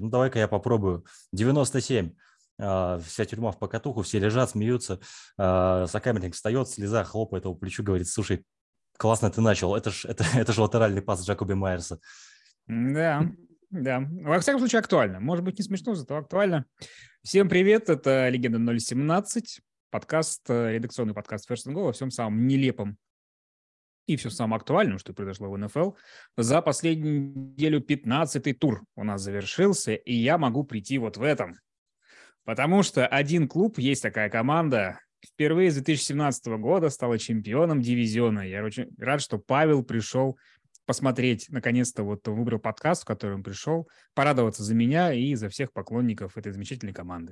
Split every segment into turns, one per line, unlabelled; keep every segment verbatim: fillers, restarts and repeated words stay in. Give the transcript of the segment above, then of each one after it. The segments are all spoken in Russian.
ну давай-ка я попробую. девяносто семь. Uh, вся тюрьма в покатуху, все лежат, смеются. Uh, сокамерник встает, слеза, хлопает его по плечу, говорит: слушай, классно ты начал, это ж, это, это ж латеральный пас Джакоби Майерса.
Да, да. Во всяком случае, актуально. Может быть, не смешно, зато актуально. Всем привет, это «Легенда ноль семнадцать», подкаст, редакционный подкаст First and Goal о всем самом нелепом и все самое актуальное, что произошло в эн эф эл. За последнюю неделю пятнадцатый тур у нас завершился, и я могу прийти вот в этом. Потому что один клуб, есть такая команда, впервые с две тысячи семнадцатого года стала чемпионом дивизиона. Я очень рад, что Павел пришел посмотреть, наконец-то вот выбрал подкаст, в который он пришел, порадоваться за меня и за всех поклонников этой замечательной команды.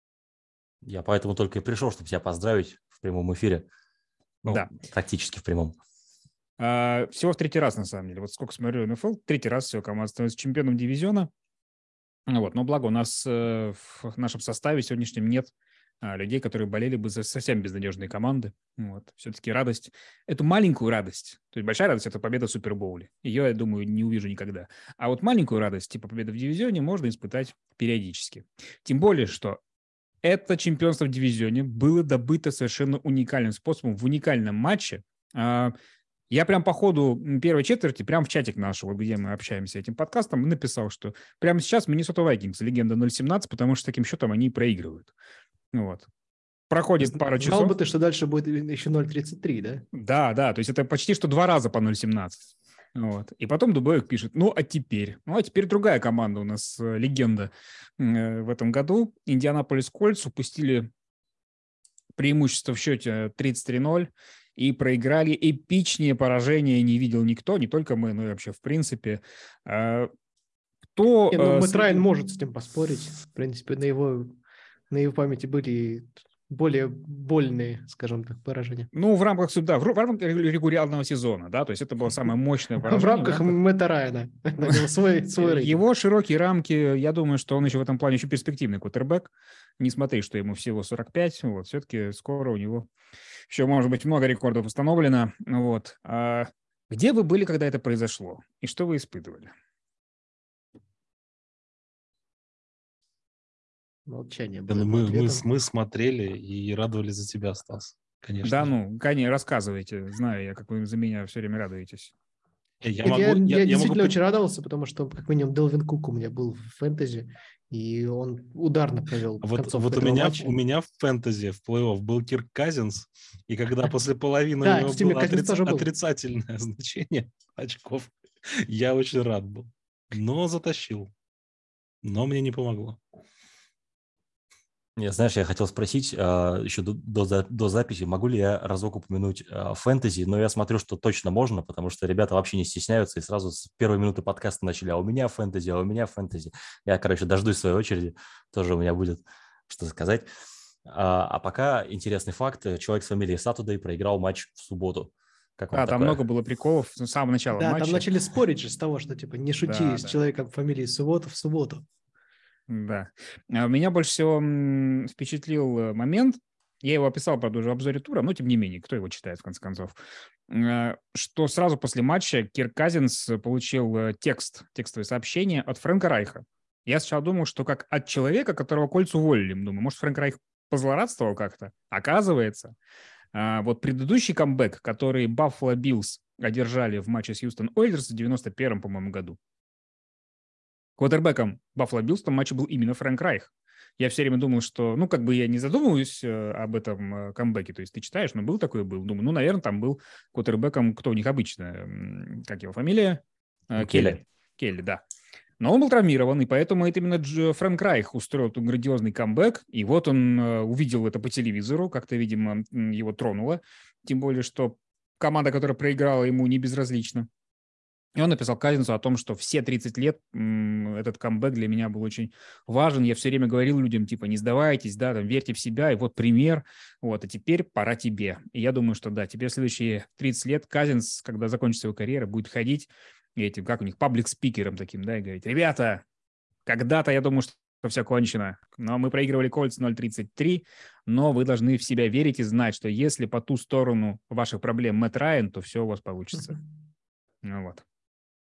Я поэтому только и пришел, чтобы тебя поздравить в прямом эфире. Ну,
да.
Практически в прямом.
А, всего в третий раз, на самом деле. Вот сколько смотрю эн эф эл, третий раз все, команда становится чемпионом дивизиона. Вот, но благо у нас э, в нашем составе сегодняшнем нет а, людей, которые болели бы за совсем безнадежные команды. Вот. Все-таки радость, эту маленькую радость, то есть большая радость – это победа в Супербоуле. Ее, я думаю, не увижу никогда. А вот маленькую радость, типа победы в дивизионе, можно испытать периодически. Тем более, что это чемпионство в дивизионе было добыто совершенно уникальным способом, в уникальном матче. А, Я прям по ходу первой четверти, прям в чатик нашего, где мы общаемся этим подкастом, написал, что прямо сейчас Миннесота Вайкингс, легенда ноль семнадцать, потому что таким счетом они проигрывают. Вот. Проходит пара часов.
Знал бы ты, что дальше будет еще ноль тридцать три, да?
Да, да, то есть это почти что два раза по ноль семнадцать. Вот. И потом Дубоек пишет: ну, а теперь? Ну, а теперь другая команда у нас, легенда э, в этом году. Индианаполис Кольтс упустили преимущество в счете тридцать три ноль. И проиграли. Эпичнее поражение не видел никто, не только мы, но и вообще в принципе. Кто...
Не, ну, Мэтт Райан может с этим поспорить. В принципе, на его, на его памяти были более больные, скажем так, поражения.
Ну, в рамках суда, в рамках регулярного сезона, да, то есть это было самое мощное поражение.
В рамках Мэтта Райана.
Его широкие рамки, я думаю, что он еще в этом плане еще перспективный квотербек. Не смотри, что ему всего сорок пять, вот, все-таки скоро у него еще, может быть, много рекордов установлено. Вот. А где вы были, когда это произошло? И что вы испытывали?
Молчание.
Мы, мы, мы смотрели и радовались за тебя, Стас, конечно.
Да,
же.
ну, конечно, рассказывайте. Знаю я, как вы за меня все время радуетесь.
Я, могу, я, я, я действительно могу... очень радовался, потому что, как минимум, Делвин Кук у меня был в фэнтези, и он ударно провел
вот, вот у меня, у меня в фэнтези, в плей-офф был Кирк Казинс, и когда после половины у него было отрицательное значение очков, я очень рад был. Но затащил. Но мне не помогло.
Я, знаешь, я хотел спросить а, еще до, до, до записи, могу ли я разок упомянуть а, фэнтези, но я смотрю, что точно можно, потому что ребята вообще не стесняются и сразу с первой минуты подкаста начали: а у меня фэнтези, а у меня фэнтези. Я, короче, дождусь своей очереди, тоже у меня будет что сказать. А, а пока интересный факт: человек с фамилией Сатудей проиграл матч в субботу. Как
да, там
такое?
много было приколов с самого начала
да,
матча.
Да, там начали спорить же с того, что типа не шути
да,
с
да.
человеком фамилией Субботу в субботу.
Да. Меня больше всего впечатлил момент, я его описал, правда, уже в обзоре тура, но тем не менее, кто его читает, в конце концов, что сразу после матча Кирк Казинс получил текст, текстовое сообщение от Фрэнка Райха. Я сначала думал, что как от человека, которого Кольц уволили. Думаю, может, Фрэнк Райх позлорадствовал как-то? Оказывается, вот предыдущий камбэк, который Баффало Биллс одержали в матче с Хьюстон Ойлерс в девяносто первом, по-моему, году, квотербеком Баффало Биллс в том матче был именно Фрэнк Райх. Я все время думал, что, ну, как бы я не задумываюсь э, об этом э, камбэке, то есть ты читаешь, но был такой, был. Думаю, ну, наверное, там был квотербеком, кто у них обычно, э, как его фамилия? Э, Келли. Келли, да. Но он был травмирован, и поэтому это именно Дж, Фрэнк Райх устроил тут грандиозный камбэк, и вот он э, увидел это по телевизору, как-то, видимо, его тронуло, тем более, что команда, которая проиграла, ему не безразлична. И он написал Казинцу о том, что все тридцать лет м, этот камбэк для меня был очень важен. Я все время говорил людям, типа, не сдавайтесь, да, там, верьте в себя, и вот пример, вот, а теперь пора тебе. И я думаю, что да, теперь следующие тридцать лет Казинц, когда закончится его карьера, будет ходить этим, как у них, паблик-спикером таким, да, и говорить: ребята, когда-то я думаю, что все кончено, но мы проигрывали Кольц ноль тридцать три, но вы должны в себя верить и знать, что если по ту сторону ваших проблем Мэтт Райан, то все у вас получится. Ну вот.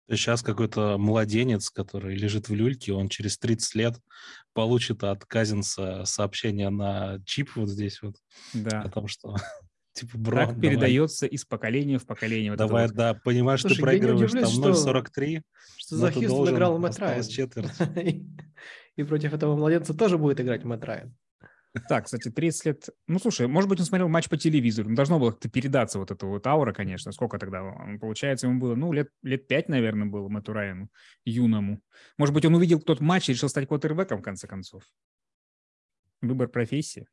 Сейчас какой-то младенец, который лежит в люльке, он через тридцать лет получит от Казинса сообщение на чип вот здесь вот.
Да.
О том, что типа, бро,
так
давай.
передается из поколения в поколение. Вот
давай,
вот.
да, понимаешь, Слушай, ты проигрываешь там ноль сорок три,
что за Хьюстон играл Мэтт Райан.
четверть.
И против этого младенца тоже будет играть Мэтт Райан.
Так, кстати, тридцать лет... Ну, слушай, может быть, он смотрел матч по телевизору. Ну, должно было как-то передаться вот эта вот аура, конечно. Сколько тогда? Получается, ему было, ну, лет, лет пять, наверное, было Мэтту Райану, юному. Может быть, он увидел тот матч и решил стать квотербеком, в конце концов. Выбор профессии.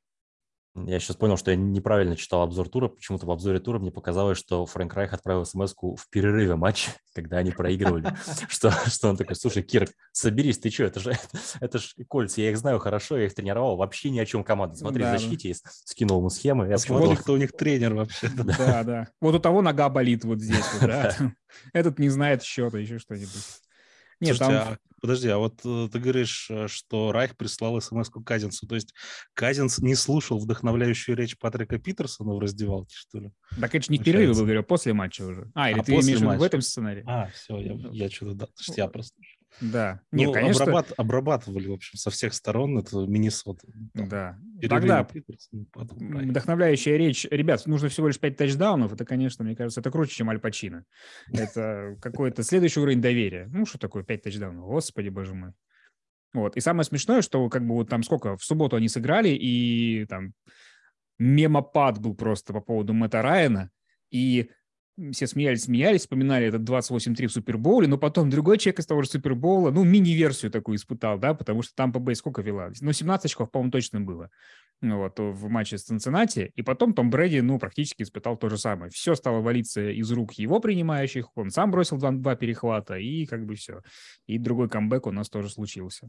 Я сейчас понял, что я неправильно читал обзор тура. Почему-то в обзоре тура мне показалось, что Фрэнк Райх отправил смс-ку в перерыве матча, когда они проигрывали. Что, что он такой, слушай, Кирк, соберись, ты что, это же, это же кольца, я их знаю хорошо, я их тренировал, вообще ни о чем команда. Смотри,
да,
в защите есть, скинул ему схемы. Я
Смотри, кто у них тренер вообще.
Да, да. Вот у того нога болит вот здесь, вот, да. Этот не знает счета, еще что-нибудь.
Нет, Слушайте, там... а, подожди, а вот ты говоришь, что Райх прислал смс-ку Казинсу, то есть Казинс не слушал вдохновляющую речь Патрика Питерсона в раздевалке, что ли?
Так это же не в перерыве был, говорю, после матча уже. А, или а ты имеешь в виду в этом сценарии?
А, все, я, я что-то, да, я просто...
Да.
Нет, ну, конечно... обрабат, обрабатывали, в общем, со всех сторон это Миннесота.
Да. Тогда вдохновляющая речь. Ребят, нужно всего лишь пять тачдаунов. Это, конечно, мне кажется, это круче, чем Аль Пачино. Это какой-то следующий уровень доверия. Ну, что такое пять тачдаунов? Господи, боже мой. Вот. И самое смешное, что как бы вот там сколько, в субботу они сыграли, и там мемопад был просто по поводу Мэтта Райана, и все смеялись, смеялись, вспоминали этот двадцать восемь три в Супербоуле, но потом другой человек из того же Супербоула, ну, мини-версию такую испытал, да, потому что там Тампа Бэй сколько вела? Ну, семнадцать очков, по-моему, точно было. Ну, вот, в матче с Цинциннати, и потом Том Брэди, ну, практически испытал то же самое. Все стало валиться из рук его принимающих, он сам бросил два, два перехвата, и как бы все. И другой камбэк у нас тоже случился.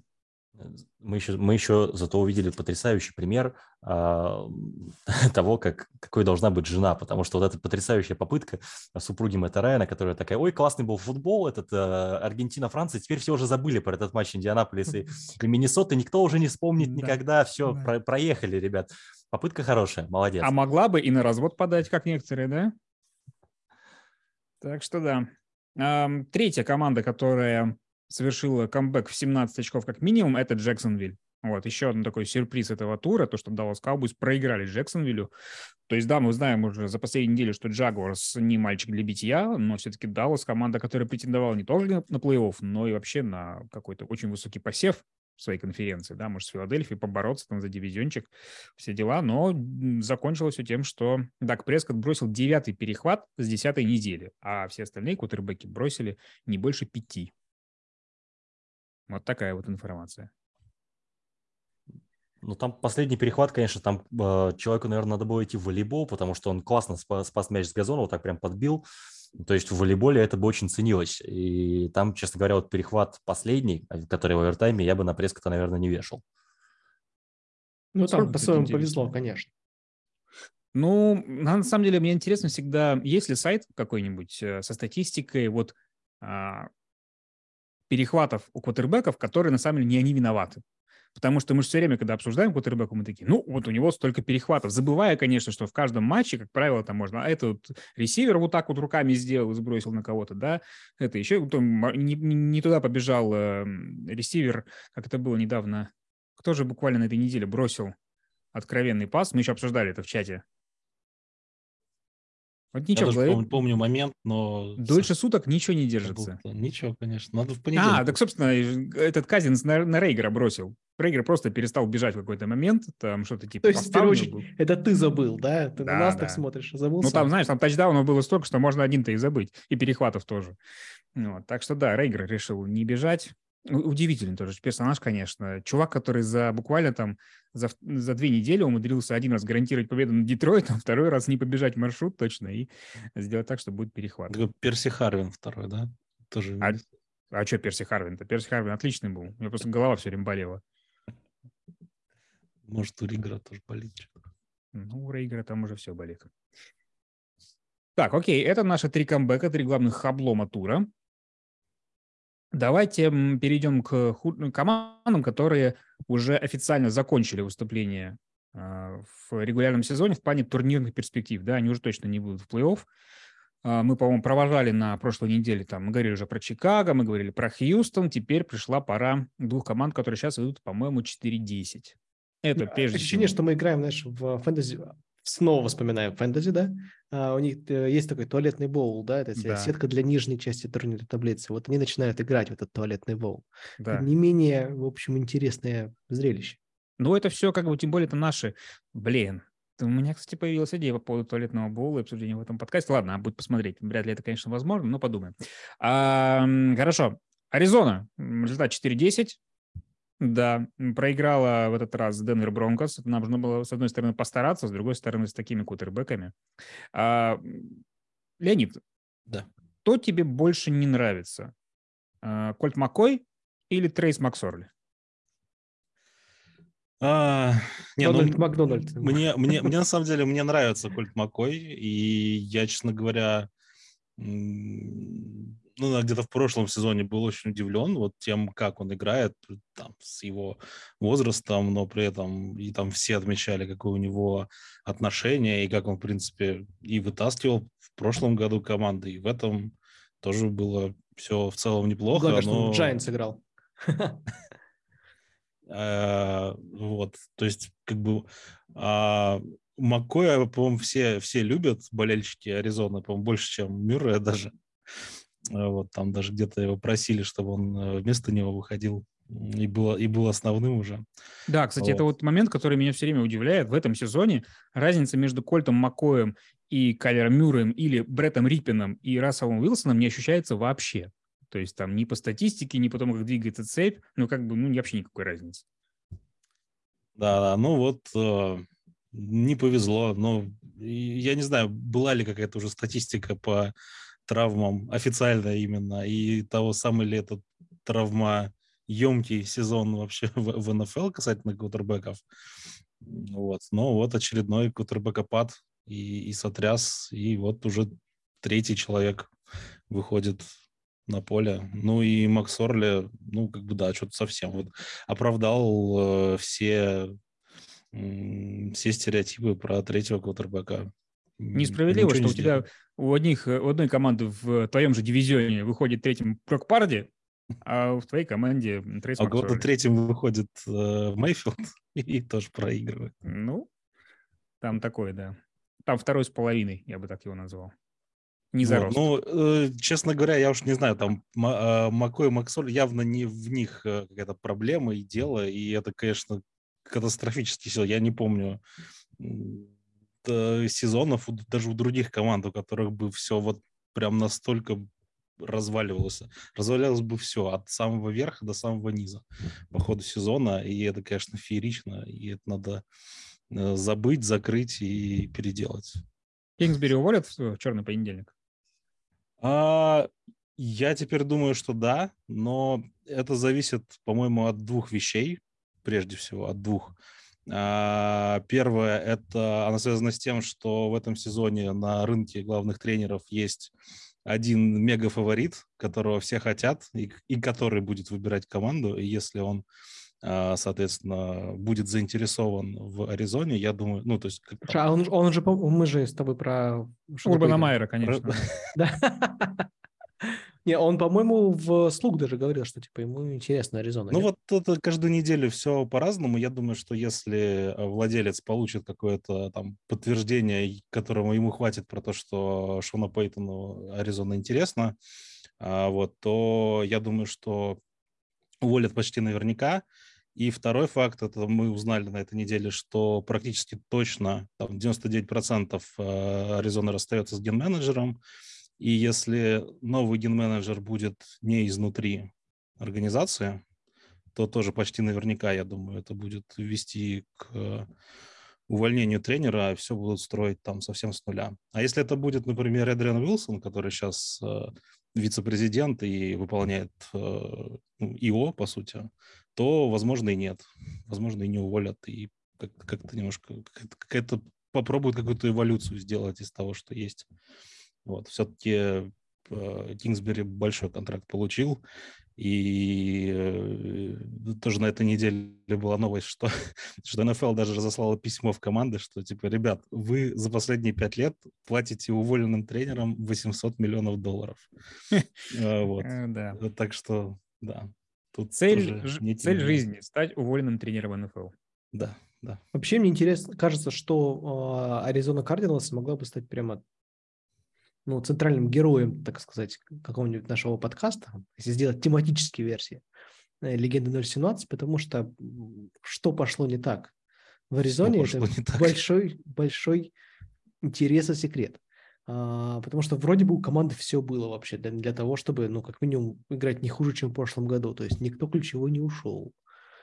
Мы еще, мы еще зато увидели потрясающий пример а, того, как, какой должна быть жена, потому что вот эта потрясающая попытка супруги Мэтта Райана, которая такая, ой, классный был футбол, этот а, Аргентина-Франция, теперь все уже забыли про этот матч Индианаполиса и, и Миннесоты, никто уже не вспомнит да, никогда, все, да. про, проехали, ребят. Попытка хорошая, молодец.
А могла бы и на развод подать, как некоторые, да? Так что да. А, третья команда, которая... совершила камбэк в семнадцать очков как минимум, это Джексонвиль. Вот, еще один такой сюрприз этого тура, то, что Даллас Cowboys проиграли Джексонвиллю. То есть, да, мы знаем уже за последнюю неделю, что Джагуарс не мальчик для битья, но все-таки Даллас команда, которая претендовала не только на плей-офф, но и вообще на какой-то очень высокий посев в своей конференции, да, может, с Филадельфией побороться там за дивизиончик, все дела, но закончилось все тем, что Даг Прескотт бросил девятый перехват с десятой недели, а все остальные квотербеки бросили не больше пяти. Вот такая вот информация.
Ну, там последний перехват, конечно, там э, человеку, наверное, надо было идти в волейбол, потому что он классно спас, спас мяч с газона, вот так прям подбил. То есть в волейболе это бы очень ценилось. И там, честно говоря, вот перехват последний, который в овертайме, я бы на Прескотта, наверное, не вешал.
Ну, там по-своему повезло, конечно.
Ну, на самом деле, мне интересно всегда, есть ли сайт какой-нибудь со статистикой, вот... перехватов у квотербеков, которые на самом деле не они виноваты. Потому что мы же все время, когда обсуждаем квотербека, мы такие, ну, вот у него столько перехватов. Забывая, конечно, что в каждом матче, как правило, там можно, а этот ресивер вот так вот руками сделал и сбросил на кого-то, да, это еще там, не, не туда побежал э, ресивер, как это было недавно. Кто же буквально на этой неделе бросил откровенный пас? Мы еще обсуждали это в чате. Вот ничего,
я даже помню, помню момент, но...
Дольше суток ничего не держится.
Ничего, конечно, надо в понедельник.
А, так, собственно, этот Казинс на, на Рейгера бросил. Рейгер просто перестал бежать в какой-то момент, там что-то типа...
То есть, в первую очередь, это ты забыл, да? Ты да, на нас да. так смотришь, забыл
Ну,
сам.
там, знаешь, там тачдаунов было столько, что можно один-то и забыть. И перехватов тоже. Вот. Так что, да, Рейгер решил не бежать. Удивительный тоже персонаж, конечно. Чувак, который за буквально там за, за две недели умудрился один раз гарантировать победу над Детройтом, второй раз не побежать маршрут точно и сделать так, что будет перехват.
Перси Харвин второй, да? Тоже.
А, а что Перси Харвин-то? Перси Харвин отличный был. У меня просто голова все время болела.
Может, у Рейгера тоже болит.
Ну, у Рейгера там уже все болит. Так, окей. Это наши три камбэка, три главных облома тура. Давайте перейдем к командам, которые уже официально закончили выступление в регулярном сезоне в плане турнирных перспектив. Да, они уже точно не будут в плей-офф. Мы, по-моему, провожали на прошлой неделе, там, мы говорили уже про Чикаго, мы говорили про Хьюстон, теперь пришла пора двух команд, которые сейчас идут, по-моему, четыре десять. Это прежде
Ощущение,
всего.
что мы играем, знаешь, в фэнтези, снова вспоминаем фэнтези, да? А у них есть такой туалетный боул, да, это
Да.
сетка для нижней части турнирной таблицы. Вот они начинают играть в этот туалетный боул.
Да.
Это не менее, в общем, интересное зрелище.
Ну, это все, как бы, тем более, это наши, блин. У меня, кстати, появилась идея по поводу туалетного боула и обсуждения в этом подкасте. Ладно, будет посмотреть. Вряд ли это, конечно, возможно, но подумаем. А, хорошо. Аризона. Результат четыре десять. Да, проиграла в этот раз Денвер Бронкос. Нам нужно было, с одной стороны, постараться, с другой стороны, с такими кутербэками. А, Леонид,
да.
Кто тебе больше не нравится? А, Кольт Маккой или Трейс Максорли?
А, не,
Дональд
ну,
Макдональд.
Мне, мне, мне на самом деле мне нравится Кольт Маккой, и я, честно говоря, ну, где-то в прошлом сезоне был очень удивлен вот тем, как он играет, там, с его возрастом, но при этом и там все отмечали, какое у него отношение, и как он, в принципе, и вытаскивал в прошлом году команды, и в этом тоже было все в целом неплохо.
Благо, что
но...
он в Giants играл.
Вот, то есть, как бы, а, Маккоя, по-моему, все, все любят, болельщики Аризоны, по-моему, больше, чем Мюррея даже. Вот, там даже где-то его просили, чтобы он вместо него выходил и был, и был основным уже.
Да, кстати,
вот.
это вот момент, который меня все время удивляет. В этом сезоне разница между Кольтом Маккоем и Кайлером Мюрреем или Бреттом Риппином и Расселом Уилсоном не ощущается вообще. То есть там ни по статистике, ни по тому, как двигается цепь, ну как бы, ну вообще никакой разницы.
Да, ну вот э, не повезло, но я не знаю, была ли какая-то уже статистика по травмам официальная именно, и того самый ли этот травмоемкий сезон вообще в, в эн эф эл касательно квотербеков. Вот. Но вот очередной квотербекопад и, и сотряс, и вот уже третий человек выходит на поле. Ну и Макс Орли, ну как бы да, что-то совсем вот оправдал э, все, э, все стереотипы про третьего квотербека.
Несправедливо, что у тебя у, одних, у одной команды в твоем же дивизионе выходит третьим Брок Парди, а в твоей команде Трейс
А
Максорли.
у кого-то третьим выходит э, Мейфилд и тоже проигрывает.
Ну, там такое, да. Там второй с половиной, я бы так его назвал. Не за
вот.
рост.
Ну, э, честно говоря, я уж не знаю, там э, Маккой и Максоль явно не в них э, какая-то проблема и дело, и это, конечно, катастрофический сил. Я не помню э, сезонов даже у других команд, у которых бы все вот прям настолько разваливалось. Развалилось бы все от самого верха до самого низа по ходу сезона, и это, конечно, феерично, и это надо э, забыть, закрыть и переделать.
Кингсбери уволят в черный понедельник?
А, я теперь думаю, что да, но это зависит, по-моему, от двух вещей, прежде всего, от двух. А, первое, это она связана с тем, что в этом сезоне на рынке главных тренеров есть один мега-фаворит, которого все хотят, и, и который будет выбирать команду, и если он, соответственно, будет заинтересован в Аризоне, я думаю, ну, то есть... Как
а он, он же, мы же с тобой про...
Урбана Майера, конечно.
Да. Не, он, по-моему, в слуг даже говорил, что типа ему интересно Аризона.
Ну
нет?
вот это каждую неделю все по-разному. Я думаю, что если владелец получит какое-то там подтверждение, которому ему хватит про то, что Шону Пейтону Аризона интересно, вот, то я думаю, что уволят почти наверняка. И второй факт, это мы узнали на этой неделе, что практически точно там, девяносто девять процентов Аризона расстается с ген-менеджером. И если новый ген-менеджер будет не изнутри организации, то тоже почти наверняка, я думаю, это будет вести к увольнению тренера, а все будут строить там совсем с нуля. А если это будет, например, Эдриан Уилсон, который сейчас э, вице-президент и выполняет э, ну, и о, по сути, то, возможно, и нет. Возможно, и не уволят, и как- как-то немножко какая-то попробуют какую-то эволюцию сделать из того, что есть. Вот, все-таки Кингсбери большой контракт получил. И тоже на этой неделе была новость, что, что эн эф эл даже разослала письмо в команды, что типа, ребят, вы за последние пять лет платите уволенным тренерам восемьсот миллионов долларов. Вот. Так что, да.
Цель жизни – стать уволенным тренером эн эф эл.
Да, да.
Вообще мне интересно, кажется, что Аризона Кардиналс могла бы стать прямо ну, центральным героем, так сказать, какого-нибудь нашего подкаста, если сделать тематические версии «Легенды ноль семнадцать», потому что что пошло не так? В Аризоне это большой, большой интерес и секрет. А, потому что вроде бы у команды все было вообще для, для того, чтобы, ну, как минимум, играть не хуже, чем в прошлом году. То есть никто ключевой не ушел.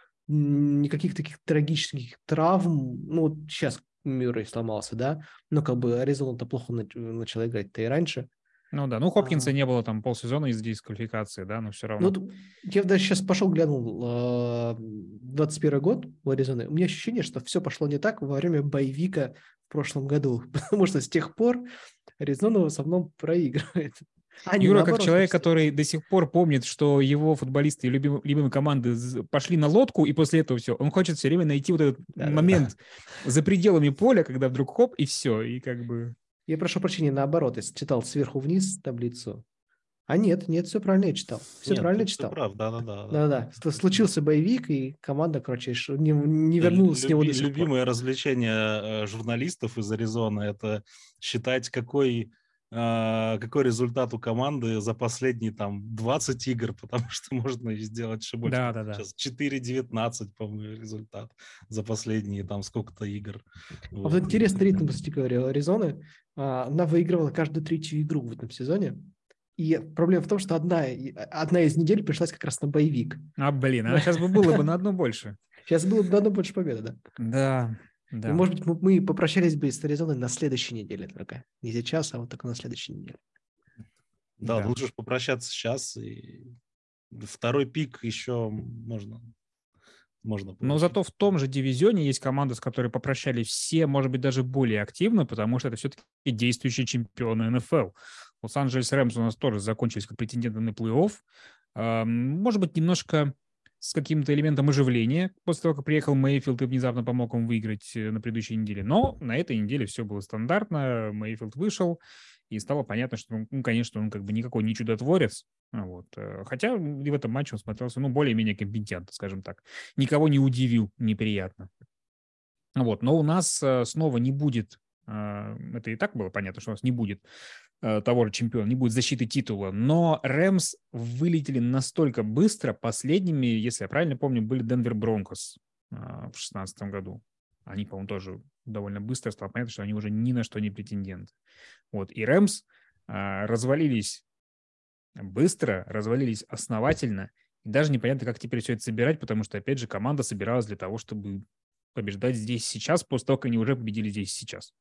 Никаких таких трагических травм. Ну, вот сейчас Мюррей сломался, да, но как бы Аризона-то плохо начала играть-то и раньше.
Ну да, ну Хопкинса а... не было там полсезона из-за дисквалификации, да, но все равно.
Ну, я даже сейчас пошел глянул двадцать первый год в Аризоне, у меня ощущение, что все пошло не так во время боевика в прошлом году, потому что с тех пор Аризона в основном проигрывает.
А Юра, наоборот, как человек, который до сих пор помнит, что его футболисты и любимые, любимые команды пошли на лодку, и после этого все, он хочет все время найти вот этот да, момент да. за пределами поля, когда вдруг хоп, и все, и как бы...
Я прошу прощения, наоборот, я читал сверху вниз таблицу. А нет, нет, все правильно я читал. Все нет, правильно читал.
Прав, да, да, да.
Да, да. Случился боевик, и команда, короче, не, не вернулась Люби, с него до сих пор.
Любимое развлечение журналистов из Аризоны – это считать, какой... какой результат у команды за последние там двадцать игр, потому что можно сделать еще больше.
Да, да, да.
Сейчас четыре девятнадцать, по-моему, результат за последние там сколько-то игр.
А вот, вот интересный ритм, кстати говоря, Аризоны. Она выигрывала каждую третью игру в этом сезоне. И проблема в том, что одна, одна из недель пришлась как раз на боевик.
А, блин, а сейчас бы было бы на одну больше.
Сейчас было бы на одну больше победы, да.
Да. Да.
И, может быть, мы, мы попрощались бы с Аризоной на следующей неделе только. Не сейчас, а вот только на следующей неделе.
Да, да. Лучше попрощаться сейчас. И второй пик еще можно. можно
Но зато в том же дивизионе есть команда, с которой попрощались все, может быть, даже более активно, потому что это все-таки действующие чемпионы эн эф эл. Лос-Анджелес Рэмс у нас тоже закончились как претенденты на плей-офф. Может быть, немножко... с каким-то элементом оживления после того, как приехал Мейфилд и внезапно помог им выиграть на предыдущей неделе. Но на этой неделе все было стандартно. Мейфилд вышел, и стало понятно, что, ну, конечно, он как бы никакой не чудотворец. Вот. Хотя и в этом матче он смотрелся, ну, более-менее компетентно, скажем так. Никого не удивил неприятно. Вот. Но у нас снова не будет, это и так было понятно, что у нас не будет того же чемпиона, не будет защиты титула, но Рэмс вылетели настолько быстро, последними, если я правильно помню, были Денвер Бронкос в шестнадцатом году. Они, по-моему, тоже довольно быстро стало понятно, что они уже ни на что не претенденты. Вот. И Рэмс а, развалились быстро, развалились основательно, и даже непонятно, как теперь все это собирать, потому что, опять же, команда собиралась для того, чтобы побеждать здесь сейчас, после того, как они уже победили здесь сейчас.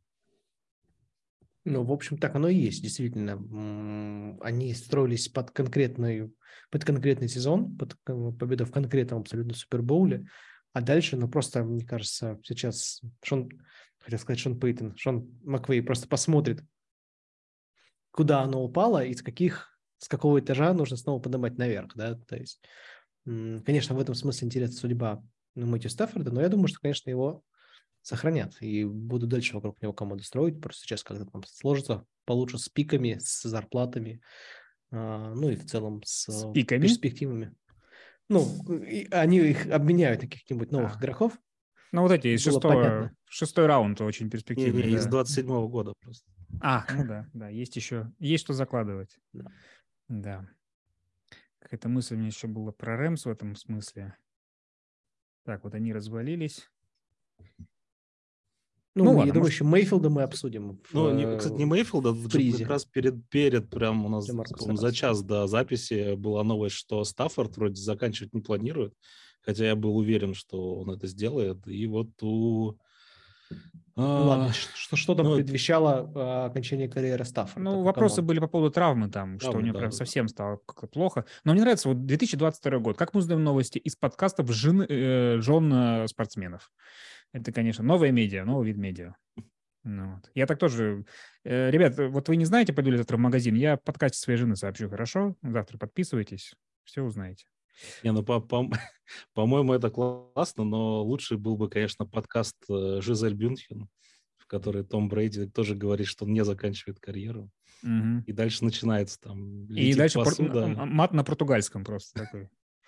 Ну, в общем, так оно и есть, действительно. Они строились под конкретный, под конкретный сезон, под победу в конкретном абсолютно Супербоуле, а дальше, ну, просто, мне кажется, сейчас Шон, хотел сказать Шон Пейтон, Шон Маквей просто посмотрит, куда оно упало и с каких, с какого этажа нужно снова поднимать наверх, да, то есть, конечно, в этом смысле интересна судьба Мэтью Стаффорда, но я думаю, что, конечно, его сохранят и буду дальше вокруг него команду строить. Просто сейчас как-то там сложится получше с пиками, с зарплатами, ну и в целом с, с перспективами. Ну, они их обменяют на каких-нибудь новых а. игроков.
Ну вот эти из шестого, шестой раунд очень перспективный.
Не, не, да. Из двадцать седьмого года просто.
А, ну да, да, есть еще, есть что закладывать.
Да.
Да. Какая-то мысль у меня еще была про Рэмс в этом смысле. Так, вот они развалились.
Ну, ну я ладно, думаю, может... еще Мейфилда мы обсудим.
Ну, в, не, кстати, не Мейфилда, как раз перед, перед прям у нас за час до записи была новость, что Стаффорд вроде заканчивать не планирует, хотя я был уверен, что он это сделает. И вот у...
Ну, ладно, что, что там ну, предвещало а, окончание карьеры Стаффорда?
Ну, вопросы команд. были по поводу травмы там, травмы, что у него да, прям да, совсем да. стало как-то плохо. Но мне нравится, вот две тысячи двадцать второй год, как мы узнаем новости из подкастов жен, э, жен спортсменов. Это, конечно, новая медиа, новый вид медиа. Ну, вот. Я так тоже... Э, ребят, вот вы не знаете, пойду ли завтра в магазин, я в подкасте своей жены сообщу, хорошо? Завтра подписывайтесь, все узнаете.
Не, ну, по, по, по-моему, это классно, но лучше был бы, конечно, подкаст Жизель Бюндхен, в который Том Брейди тоже говорит, что он не заканчивает карьеру.
Угу.
И дальше начинается там...
И дальше
посуда.
Пор... мат на португальском просто такой.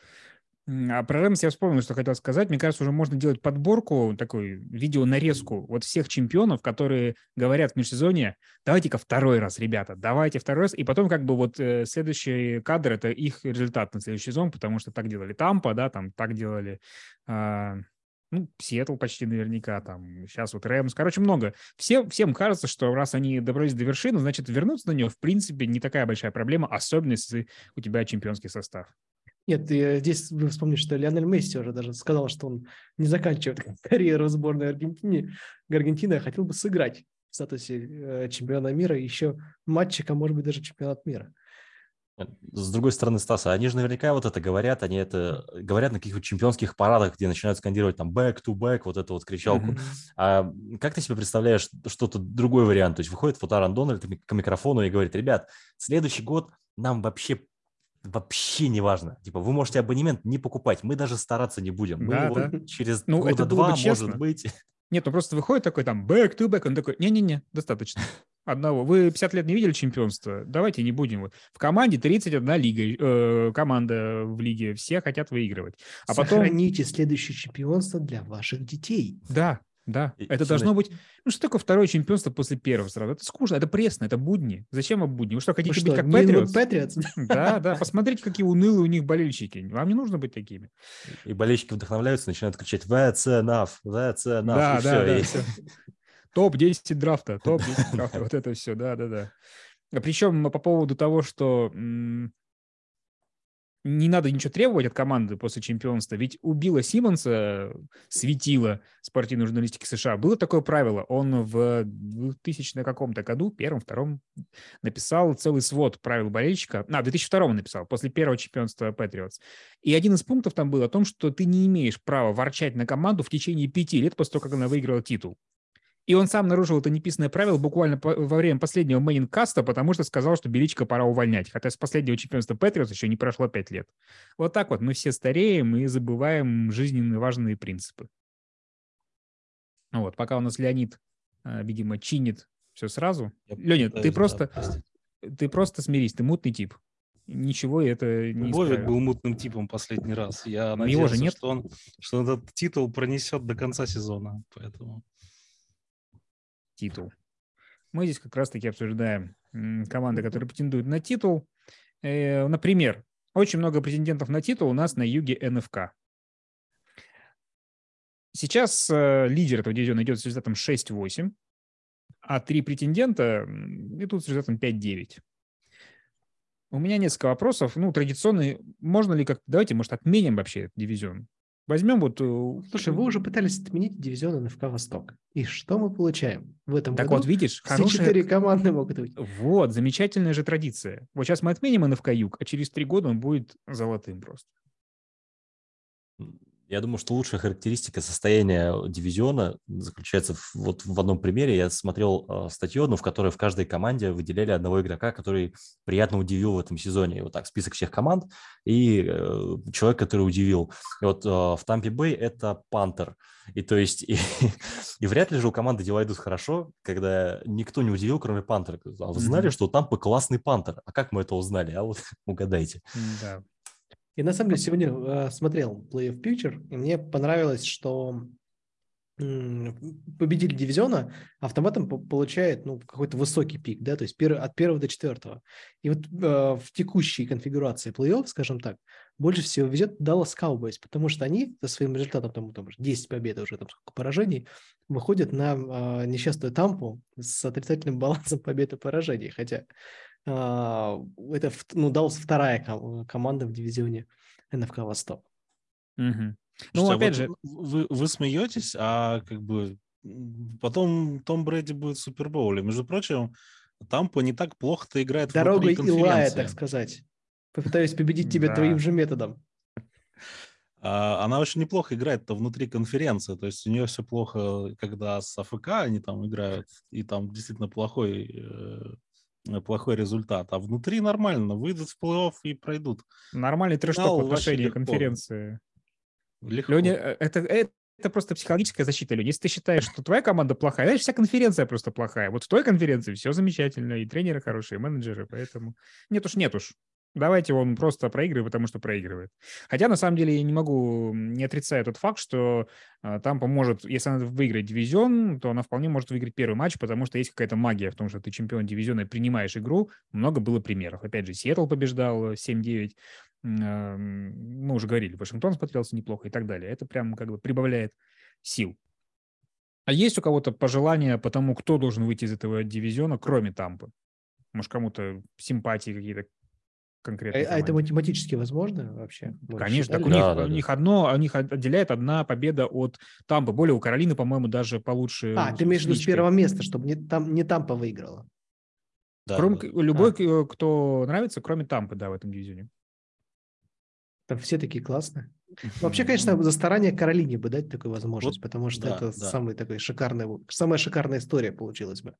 А про Рэмс я вспомнил, что хотел сказать. Мне кажется, уже можно делать подборку, такую видеонарезку вот всех чемпионов, которые говорят в межсезонье: давайте-ка второй раз, ребята, давайте второй раз. И потом как бы вот э, следующий кадр — это их результат на следующий сезон, потому что так делали Тампа, да, там так делали... Э, ну, Сиэтл почти наверняка, там, сейчас вот Рэмс. Короче, много. Все, всем кажется, что раз они добрались до вершины, значит, вернуться на нее, в принципе, не такая большая проблема, особенно если у тебя чемпионский состав.
Нет, и здесь вы вспомните, что Лионель Месси уже даже сказал, что он не заканчивает карьеру в сборной Аргентины, Аргентины, а хотел бы сыграть в статусе чемпиона мира еще матчик, а может быть даже чемпионат мира.
С другой стороны, Стаса, они же наверняка вот это говорят, они это говорят на каких-то чемпионских парадах, где начинают скандировать там back to back, вот эту вот кричалку. Mm-hmm. А как ты себе представляешь что-то другой вариант? То есть выходит вот Аарон Дональд к микрофону и говорит: ребят, следующий год нам вообще вообще не важно. Типа, вы можете абонемент не покупать, мы даже стараться не будем. Мы
да,
его
да.
через
ну,
года два, может быть...
Нет, ну просто выходит такой там back to back, он такой: не-не-не, достаточно. Одного. Вы пятьдесят лет не видели чемпионства? Давайте не будем. В команде тридцать одна лига, э, команда в лиге, все хотят выигрывать. А
Сохраните
потом...
следующее чемпионство для ваших детей.
Да, да.
И,
это должно быть... Ну, что такое второе чемпионство после первого сразу? Это скучно, это пресно, это будни. Зачем вам будни? Вы что, хотите
Вы
быть
что,
как Патриотс?
Патриотс?
Да, да. Посмотрите, какие унылые у них болельщики. Вам не нужно быть такими.
И болельщики вдохновляются, начинают кричать: that's enough, that's enough.
Да,
и
да,
все.
да.
И...
все. топ десять драфта, топ десять драфта, вот это все, да-да-да. Причем по поводу того, что м- не надо ничего требовать от команды после чемпионства, ведь у Билла Симмонса, светила спортивной журналистики США, было такое правило. Он в двухтысячном каком-то году, первом, втором, написал целый свод правил болельщика. А, в две тысячи втором написал, после первого чемпионства Патриотс. И один из пунктов там был о том, что ты не имеешь права ворчать на команду в течение пяти лет после того, как она выиграла титул. И он сам нарушил это неписанное правило буквально по, во время последнего мейн-каста, потому что сказал, что Беличка пора увольнять. Хотя с последнего чемпионства Патриотс еще не прошло пять лет. Вот так вот. Мы все стареем и забываем жизненно важные принципы. Вот. Пока у нас Леонид, видимо, чинит все сразу. Я Леня, пытаюсь, ты просто, да, ты просто смирись, ты мутный тип. Ничего это не
Бовик
исправит.
был мутным типом последний раз. Я
Но его же нет.
Что он, что он этот титул пронесет до конца сезона. Поэтому...
Титул. Мы здесь как раз-таки обсуждаем команды, которые претендуют на титул. Э, например, очень много претендентов на титул у нас на юге эн эф ка. Сейчас э, лидер этого дивизиона идет с результатом шесть восемь, а три претендента идут с результатом пять девять. У меня несколько вопросов. Ну, традиционные. Можно ли как-то... Давайте, может, отменим вообще этот дивизион. Возьмем вот...
Слушай, вы уже пытались отменить дивизион эн эф ка Восток. И что мы получаем в этом
так
году?
Вот видишь,
все
хорошая...
четыре команды могут быть.
Вот, замечательная же традиция. Вот сейчас мы отменим эн эф ка Юг, а через три года он будет золотым просто.
Я думаю, что лучшая характеристика состояния дивизиона заключается в, вот в одном примере. Я смотрел э, статью, ну, в которой в каждой команде выделяли одного игрока, который приятно удивил в этом сезоне. И вот так, список всех команд и э, человек, который удивил. И вот э, в Тампе Бэй это Пантер. И то есть, и, и вряд ли же у команды дела идут хорошо, когда никто не удивил, кроме Пантера. А вы знали, mm-hmm. что у Тампы классный Пантер? А как мы это узнали? А вот угадайте.
Да.
И на самом деле сегодня э, смотрел Play of Picture, и мне понравилось, что м- победитель дивизиона автоматом по- получает ну, какой-то высокий пик, да, то есть пер- от первого до четвертого. И вот э, в текущей конфигурации плей-офф, скажем так, больше всего везет Dallas Cowboys, потому что они со своим результатом, там, там десять побед, уже там сколько поражений, выходят на э, несчастную Тампу с отрицательным балансом побед и поражений, хотя... Uh, это ну, Даллас вторая ком- команда в дивизионе эн эф ка Восток.
Угу.
Ну, опять вот же... Вы, вы смеетесь, а как бы потом Том Брэди будет в Супербоуле. Между прочим, Тампа не так плохо-то играет
дорогой
внутри конференции.
Илая, так сказать. Попытаюсь победить тебя твоим же методом.
она очень неплохо играет-то внутри конференции. То есть у нее все плохо, когда с АФК они там играют, и там действительно плохой, плохой результат. А внутри нормально, выйдут в плей-офф и пройдут.
Нормальный трэш-ток в отношении конференции.
Легко.
Леня, это, это, это просто психологическая защита, Леня. Если ты считаешь, что твоя команда плохая, значит, вся конференция просто плохая. Вот в той конференции все замечательно, и тренеры хорошие, и менеджеры, поэтому нет уж, нет уж. Давайте он просто проигрывает, потому что проигрывает. Хотя, на самом деле, я не могу, не отрицать тот факт, что а, Тампа может, если она выиграет дивизион, то она вполне может выиграть первый матч, потому что есть какая-то магия в том, что ты чемпион дивизиона и принимаешь игру. Много было примеров. Опять же, Сиэтл побеждал семь девять. Мы уже говорили, Вашингтон смотрелся неплохо и так далее. Это прям как бы прибавляет сил. А есть у кого-то пожелания по тому, кто должен выйти из этого дивизиона, кроме Тампы? Может, кому-то симпатии какие-то конкретные?
А, а это математически возможно вообще?
Мы Конечно. Так у, них, да, да, у них одно, у них отделяет одна победа от Тампы. Более у Каролины, по-моему, даже получше.
А, ты имеешь в виду с первого места, чтобы не, там, не Тампа выиграла?
Да, кроме, да. Любой, а. кто нравится, кроме Тампы, да, в этом дивизионе.
Там все такие классные. Вообще, конечно, за старание Каролине бы дать такую возможность, вот, потому что да, это да. самый такой шикарный, самая шикарная история получилась бы.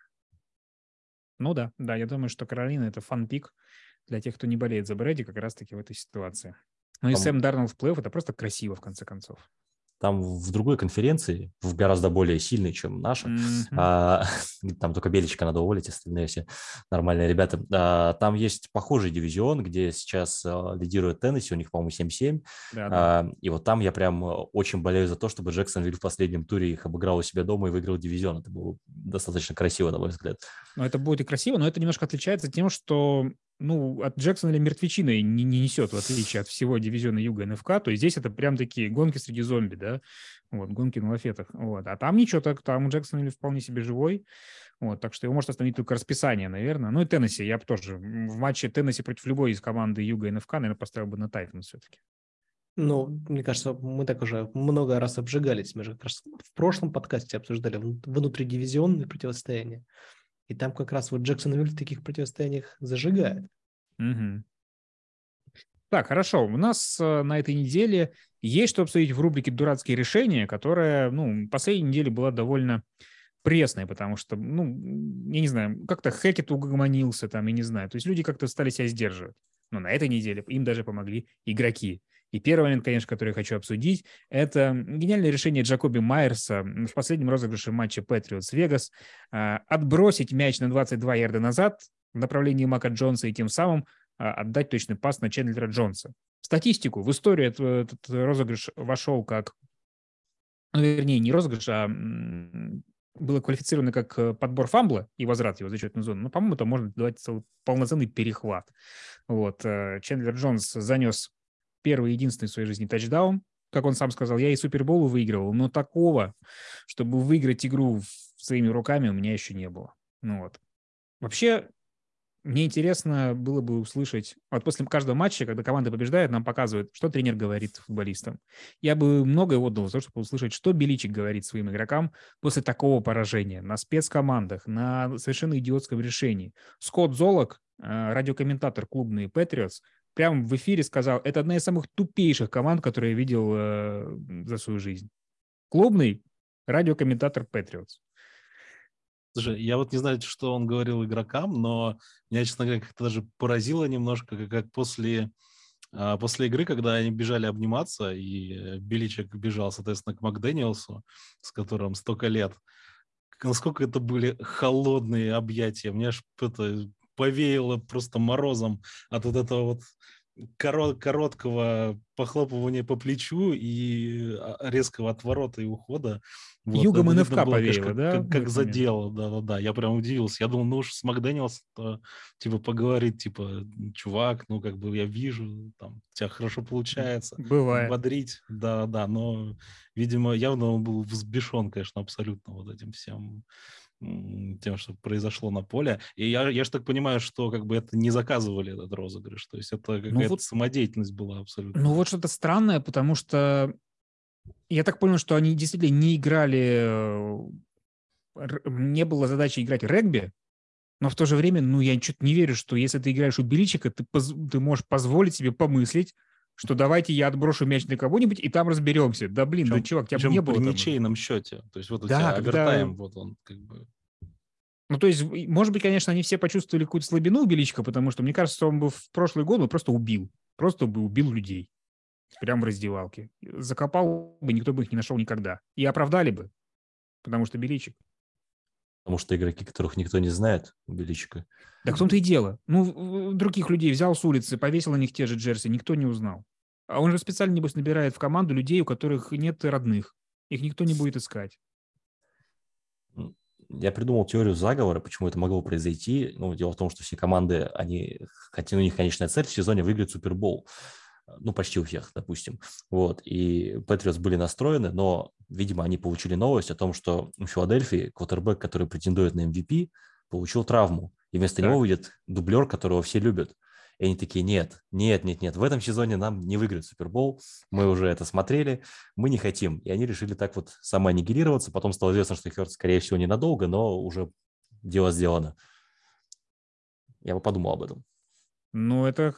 Ну да, да, я думаю, что Каролина – это фан-пик для тех, кто не болеет за Брэди, как раз-таки в этой ситуации. Ну и Там... Сэм Дарнолл в плей-офф – это просто красиво, в конце концов.
Там в другой конференции, в гораздо более сильной, чем наша, mm-hmm. а, там только Беличка надо уволить, остальные все нормальные ребята. А, там есть похожий дивизион, где сейчас а, лидирует Теннесси, у них, по-моему, семь семь. Да, да. А, и вот там я прям очень болею за то, чтобы Джексонвилл в последнем туре их обыграл у себя дома и выиграл дивизион. Это было достаточно красиво, на мой взгляд.
Ну, это будет и красиво, но это немножко отличается тем, что ну, от Джексонвилля мертвечины не, не несет, в отличие от всего дивизиона Юга эн эф ка. То есть здесь это прям такие гонки среди зомби, да, вот, гонки на лафетах. Вот. А там ничего так, там Джексонвилл вполне себе живой. Вот, так что его может остановить только расписание, наверное. Ну и Теннесси, я бы тоже в матче Теннесси против любой из команды Юга эн эф ка, наверное, поставил бы на Тайтанс все-таки.
Ну, мне кажется, мы так уже много раз обжигались. Мы же как раз в прошлом подкасте обсуждали внутридивизионные противостояния. И там как раз вот Джексонвилл в таких противостояниях зажигает.
Угу. Так, хорошо. У нас э, на этой неделе есть что обсудить в рубрике «Дурацкие решения», которая, ну, последней неделе была довольно пресной, потому что, ну, я не знаю, как-то Хэкет угомонился там, я не знаю. То есть люди как-то стали себя сдерживать. Но на этой неделе им даже помогли игроки. И первый момент, конечно, который я хочу обсудить, это гениальное решение Джакоби Майерса в последнем розыгрыше матча Патриотс-Вегас отбросить мяч на двадцать два ярда назад в направлении Мака Джонса и тем самым отдать точный пас на Чендлера Джонса. В статистику, в историю этот, этот розыгрыш вошел как, ну, вернее, не розыгрыш, а было квалифицировано как подбор фамбла и возврат его в зачетную зону. Но, по-моему, это можно давать целый полноценный перехват. Вот. Чендлер Джонс занес первый и единственный в своей жизни тачдаун. Как он сам сказал, я и Супербоул выигрывал, но такого, чтобы выиграть игру своими руками, у меня еще не было. Ну вот. Вообще, мне интересно было бы услышать, вот после каждого матча, когда команда побеждает, нам показывают, что тренер говорит футболистам. Я бы многое отдал за то, чтобы услышать, что Беличик говорит своим игрокам после такого поражения на спецкомандах, на совершенно идиотском решении. Скотт Золок, радиокомментатор клубный Патриотс, прямо в эфире сказал, это одна из самых тупейших команд, которые я видел э, за свою жизнь. Клубный радиокомментатор Патриотс.
Слушай, я вот не знаю, что он говорил игрокам, но меня, честно говоря, как-то даже поразило немножко, как, как после, а, после игры, когда они бежали обниматься, и Беличек бежал, соответственно, к МакДэниелсу, с которым столько лет, насколько это были холодные объятия. Мне аж это повеяло просто морозом от вот этого вот корот, короткого похлопывания по плечу и резкого отворота и ухода.
Вот. Югом эн эф ка повеяло,
как,
да?
Как, как задело, да-да-да. Я прям удивился. Я думал, ну уж с МакДэниелс типа поговорить, типа, чувак, ну как бы я вижу, там, у тебя хорошо получается.
Бывает.
Бодрить, да-да, но, видимо, явно он был взбешен, конечно, абсолютно вот этим всем, тем, что произошло на поле. И я, я же так понимаю, что как бы это не заказывали, этот розыгрыш. То есть это какая-то ну вот, самодеятельность была абсолютно.
Ну вот что-то странное, потому что я так понял, что они действительно не играли, не было задачи играть в регби, но в то же время, ну, я что-то не верю, что если ты играешь у Беличика, ты, поз, ты можешь позволить себе помыслить что давайте я отброшу мяч на кого-нибудь, и там разберемся. Да блин, причем, да чувак, тебя не было
при
там.
ничейном счете. То есть вот у
да,
тебя
когда...
овертайм, вот он как бы...
Ну, то есть, может быть, конечно, они все почувствовали какую-то слабину у Беличка, потому что, мне кажется, он был в прошлый год, он просто убил. Просто бы убил людей. Прямо в раздевалке. Закопал бы, никто бы их не нашел никогда. И оправдали бы, потому что Беличик.
Потому что игроки, которых никто не знает, у Беличика.
Да в том-то и дело. Ну, других людей взял с улицы, повесил на них те же джерси, никто не узнал. А он же специально, небось, набирает в команду людей, у которых нет родных. Их никто не будет искать.
Я придумал теорию заговора, почему это могло произойти. Ну, дело в том, что все команды, они, хотя у них конечная цель в сезоне выиграть Супербол. Ну, почти у всех, допустим. Вот. И Патриотс были настроены, но, видимо, они получили новость о том, что в Филадельфии квотербэк, который претендует на эм ви пи, получил травму. И вместо так. него выйдет дублер, которого все любят. И они такие, нет, нет, нет, нет, в этом сезоне нам не выиграть Супербол, мы уже это смотрели, мы не хотим. И они решили так вот самоаннигилироваться. Потом стало известно, что их, скорее всего, ненадолго, но уже дело сделано. Я бы подумал об этом.
Ну, это...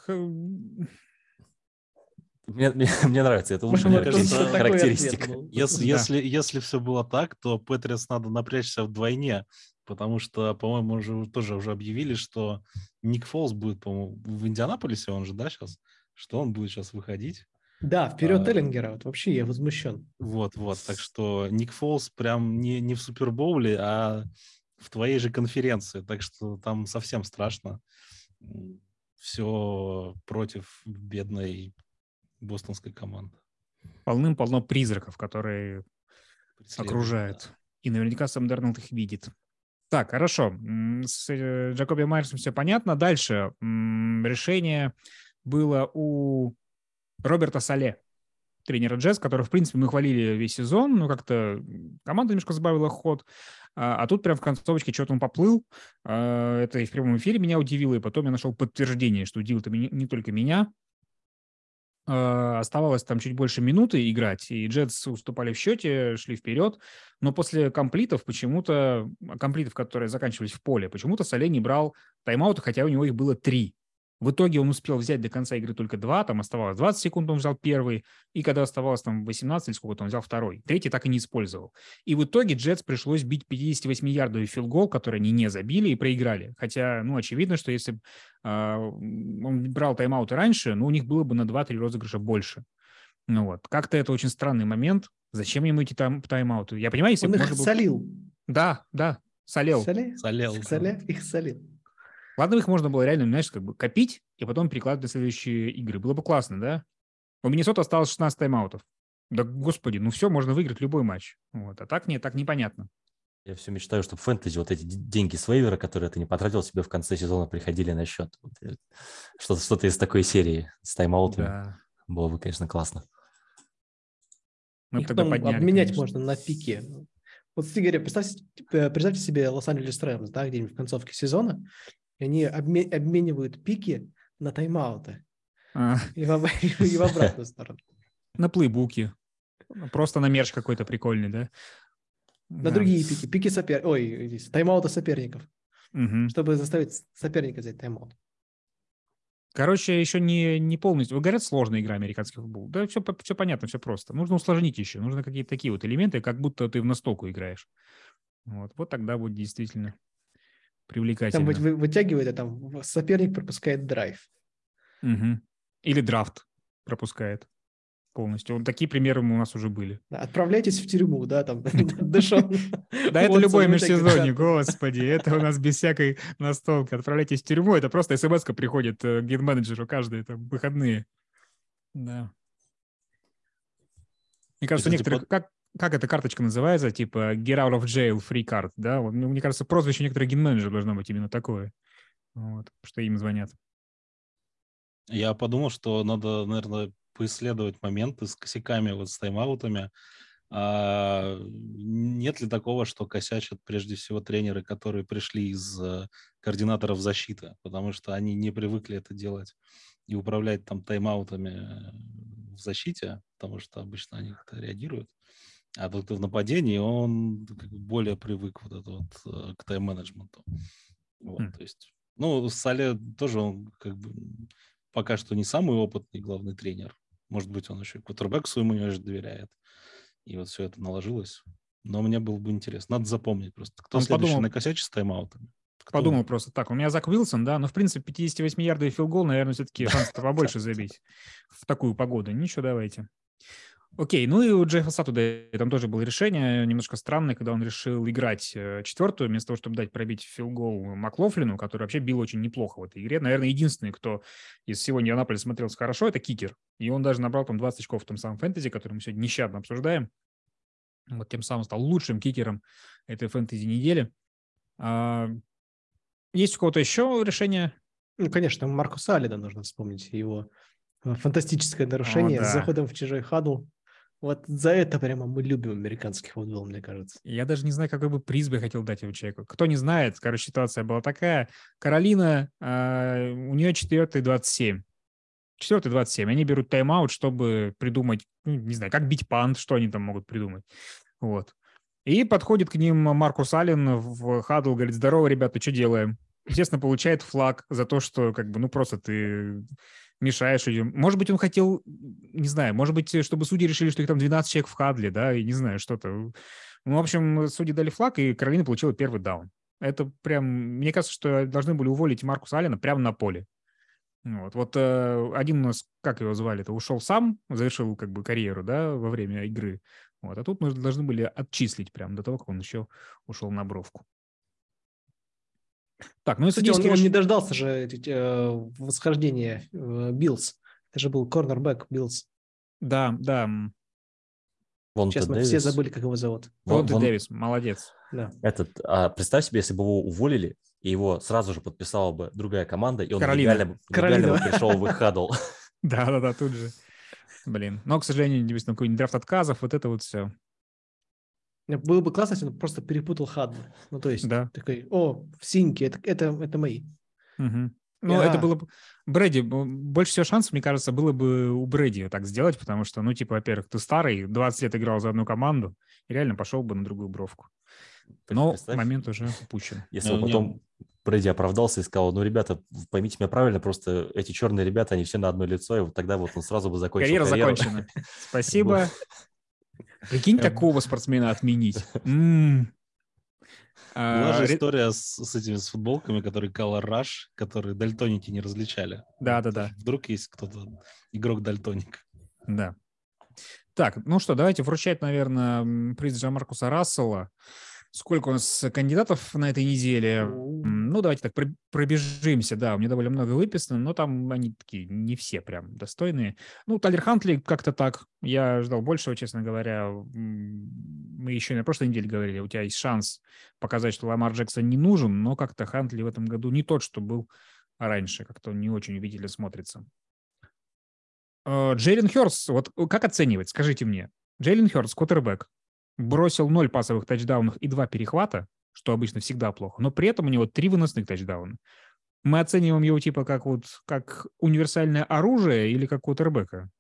Мне, мне, мне нравится, это лучшая
мне кажется,
характеристика.
Если, да. если, если все было так, то Патриотс надо напрячься вдвойне, потому что, по-моему, уже тоже уже объявили, что Ник Фолс будет, по-моему, в Индианаполисе, он же, да, сейчас, что он будет сейчас выходить.
Да, вперед
а,
Эллингера, вот вообще я возмущен.
Вот, вот, так что Ник Фолс прям не, не в Супербоуле, а в твоей же конференции, так что там совсем страшно. Все против бедной бостонской команды.
Полным-полно призраков, которые окружают. Да. И наверняка Сэм Дарнолд их видит. Так, хорошо. С Джакоби Майерсом все понятно. Дальше. Решение было у Роберта Сале, тренера Джетс, который, в принципе, мы хвалили весь сезон, но как-то команда немножко сбавила ход. А, а тут прям в концовочке что-то он поплыл. А, это и в прямом эфире меня удивило, и потом я нашел подтверждение, что удивило это не только меня. Оставалось там чуть больше минуты играть, и Джетс уступали в счете, шли вперед, но после комплитов почему-то, комплитов, которые заканчивались в поле, почему-то Сале не брал тайм-ауты, хотя у него их было три. В итоге он успел взять до конца игры только два, там оставалось двадцать секунд, он взял первый, и когда оставалось там восемнадцать или сколько-то, он взял второй. Третий так и не использовал. И в итоге Джетс пришлось бить пятидесятивосьмиярдовый филд-гол, который они не забили и проиграли. Хотя, ну, очевидно, что если бы э, он брал тайм-ауты раньше, ну, у них было бы на два-три розыгрыша больше. Ну вот. Как-то это очень странный момент. Зачем ему эти тайм- тайм-ауты? Я понимаю, если
он
бы...
их
можно было...
солил.
Да, да, солил.
Соле?
Солил.
Соле? Их солил.
Ладно, их можно было реально, знаешь, как бы копить и потом перекладывать на следующие игры. Было бы классно, да? У Миннесоты осталось шестнадцать тайм-аутов. Да, господи, ну все, можно выиграть любой матч. Вот. А так нет, так непонятно.
Я все мечтаю, чтобы в фэнтези вот эти деньги с вейвера, которые ты не потратил, себе в конце сезона приходили на счет. Вот, что-то, что-то из такой серии с тайм-аутами. Да. Было бы, конечно, классно.
Мы
их
тогда
потом
подняли,
обменять
конечно.
можно на пике. Вот, Игорь, представьте, представьте себе Лос-Анджелес Рэмс, да, где-нибудь в концовке сезона, и они обме- обменивают пики на тайм-ауты. А. И, в, и в обратную сторону.
На плейбуке. Просто на мерч какой-то прикольный, да?
На да. другие пики. Пики сопер... Ой, тайм-ауты соперников. Угу. Чтобы заставить соперника взять тайм-аут.
Короче, еще не, не полностью... Вы говорят, сложная игра американский футбол. Да, все, все понятно, все просто. Нужно усложнить еще. Нужны какие-то такие вот элементы, как будто ты в настолку играешь. Вот, вот тогда будет действительно привлекательно.
Там вы, вытягивает, а там соперник пропускает драйв.
Угу. Или драфт пропускает полностью. Вот такие примеры у нас уже были.
Отправляйтесь в тюрьму, да, там, Дэшон.
Да, это любой межсезонье, господи, это у нас без всякой настолки. Отправляйтесь в тюрьму, это просто смс-ка приходит к ген-менеджеру каждые выходные. Да. Мне кажется, некоторые... Как, как эта карточка называется? Типа get out of jail free card, да? Мне кажется, прозвище некоторых ген-менеджеров должно быть именно такое. Вот, что им звонят.
Я подумал, что надо, наверное, поисследовать моменты с косяками, вот с тайм-аутами. А нет ли такого, что косячат прежде всего тренеры, которые пришли из координаторов защиты, потому что они не привыкли это делать и управлять там тайм-аутами в защите, потому что обычно они как-то реагируют. А только в нападении он как бы более привык вот это вот к тайм-менеджменту. Вот, mm. то есть, ну, Сале тоже он как бы пока что не самый опытный главный тренер. Может быть, он еще и квотербеку своему не очень доверяет. И вот все это наложилось. Но мне было бы интересно. Надо запомнить просто. Кто
Он
следующий
подумал,
накосячит с тайм-аутами? Кто?
Подумал просто так. У меня Зак Уилсон, да, но в принципе пятьдесят восемь ярдов и филгол, наверное, все-таки шанс-то побольше забить в такую погоду. Ничего, давайте. Окей, ну и у Джеффа Сатуда там тоже было решение немножко странное, когда он решил играть четвертую, вместо того, чтобы дать пробить филгол Маклофлину, который вообще бил очень неплохо в этой игре. Наверное, единственный, кто из всего Индианаполиса смотрелся хорошо, это кикер. И он даже набрал там двадцать очков в том самом фэнтези, который мы сегодня нещадно обсуждаем. Вот тем самым стал лучшим кикером этой фэнтези недели. Есть у кого-то еще решение?
Ну, конечно, Маркуса Аллена нужно вспомнить. Его фантастическое нарушение О, да. с заходом в чужой хадл. Вот за это прямо мы любим американский футбол, мне кажется.
Я даже не знаю, какой бы приз бы я хотел дать этому человеку. Кто не знает, короче, ситуация была такая. Каролина, э, у нее четвертый двадцать семь. четвертый двадцать семь. Они берут тайм-аут, чтобы придумать, ну, не знаю, как бить пант, что они там могут придумать. Вот. И подходит к ним Маркус Аллен в хадл, говорит: здорово, ребята, что делаем? Естественно, получает флаг за то, что как бы, ну, просто ты мешаешь людям. Может быть, он хотел, не знаю, может быть, чтобы судьи решили, что их там двенадцать человек в хадле, да, и не знаю, что-то. Ну, в общем, судьи дали флаг, и Каролина получила первый даун. Это прям, мне кажется, что должны были уволить Маркуса Аллена прямо на поле. Вот, вот э, один у нас, как его звали-то, ушел сам, завершил как бы карьеру, да, во время игры. Вот, а тут мы должны были отчислить прямо до того, как он еще ушел на бровку. Так, ну и
Кстати, он, он не дождался же э, восхождения э, Биллс. Это же был корнербэк Биллс.
Да, да.
Вонте
Сейчас мы
Дэвис.
все забыли, как его зовут.
Вонте Вон... Дэвис, молодец.
Да.
Этот, а, представь себе, если бы его уволили, и его сразу же подписала бы другая команда, и он
Каролина.
легально, легально бы пришел в их хадл.
Да-да-да, тут же. Блин. Но, к сожалению, не там какой-нибудь драфт отказов, вот это вот все.
Было бы классно, если он просто перепутал хадлы. Ну, то есть,
да.
такой: о, в синьке, это, это, это мои.
Угу. Ну, это было бы... Брэди, больше всего шансов, мне кажется, было бы у Брэди так сделать, потому что, ну, типа, во-первых, ты старый, двадцать лет играл за одну команду, и реально пошел бы на другую бровку. Но Представь, момент уже упущен.
Если бы потом Брэди оправдался и сказал: ну, ребята, поймите меня правильно, просто эти черные ребята, они все на одно лицо, и вот тогда вот он сразу бы закончил
карьеру.
Карьера
закончена. Спасибо. Прикинь, такого спортсмена отменить.
Была же история с, с этими с футболками, которые Color Rush, которые дальтоники не различали.
Да, да, да.
Вдруг есть кто-то, игрок-дальтоник.
Да. Так, ну что, давайте вручать, наверное, приз Джамаркуса Рассела. Сколько у нас кандидатов на этой неделе? Ну, давайте так пробежимся. Да, у меня довольно много выписано, но там они такие не все прям достойные. Ну, Тайлер Хантли как-то так. Я ждал большего, честно говоря. Мы еще на прошлой неделе говорили, у тебя есть шанс показать, что Ламар Джексон не нужен, но как-то Хантли в этом году не тот, что был раньше. Как-то он не очень убедительно смотрится. Джейлен Хёрст, вот как оценивать? Скажите мне. Джейлен Хёрст, квотербэк, бросил ноль пасовых тачдаунов и два перехвата, что обычно всегда плохо, но при этом у него три выносных тачдауна. Мы оцениваем его типа как вот как универсальное оружие или как квотербека?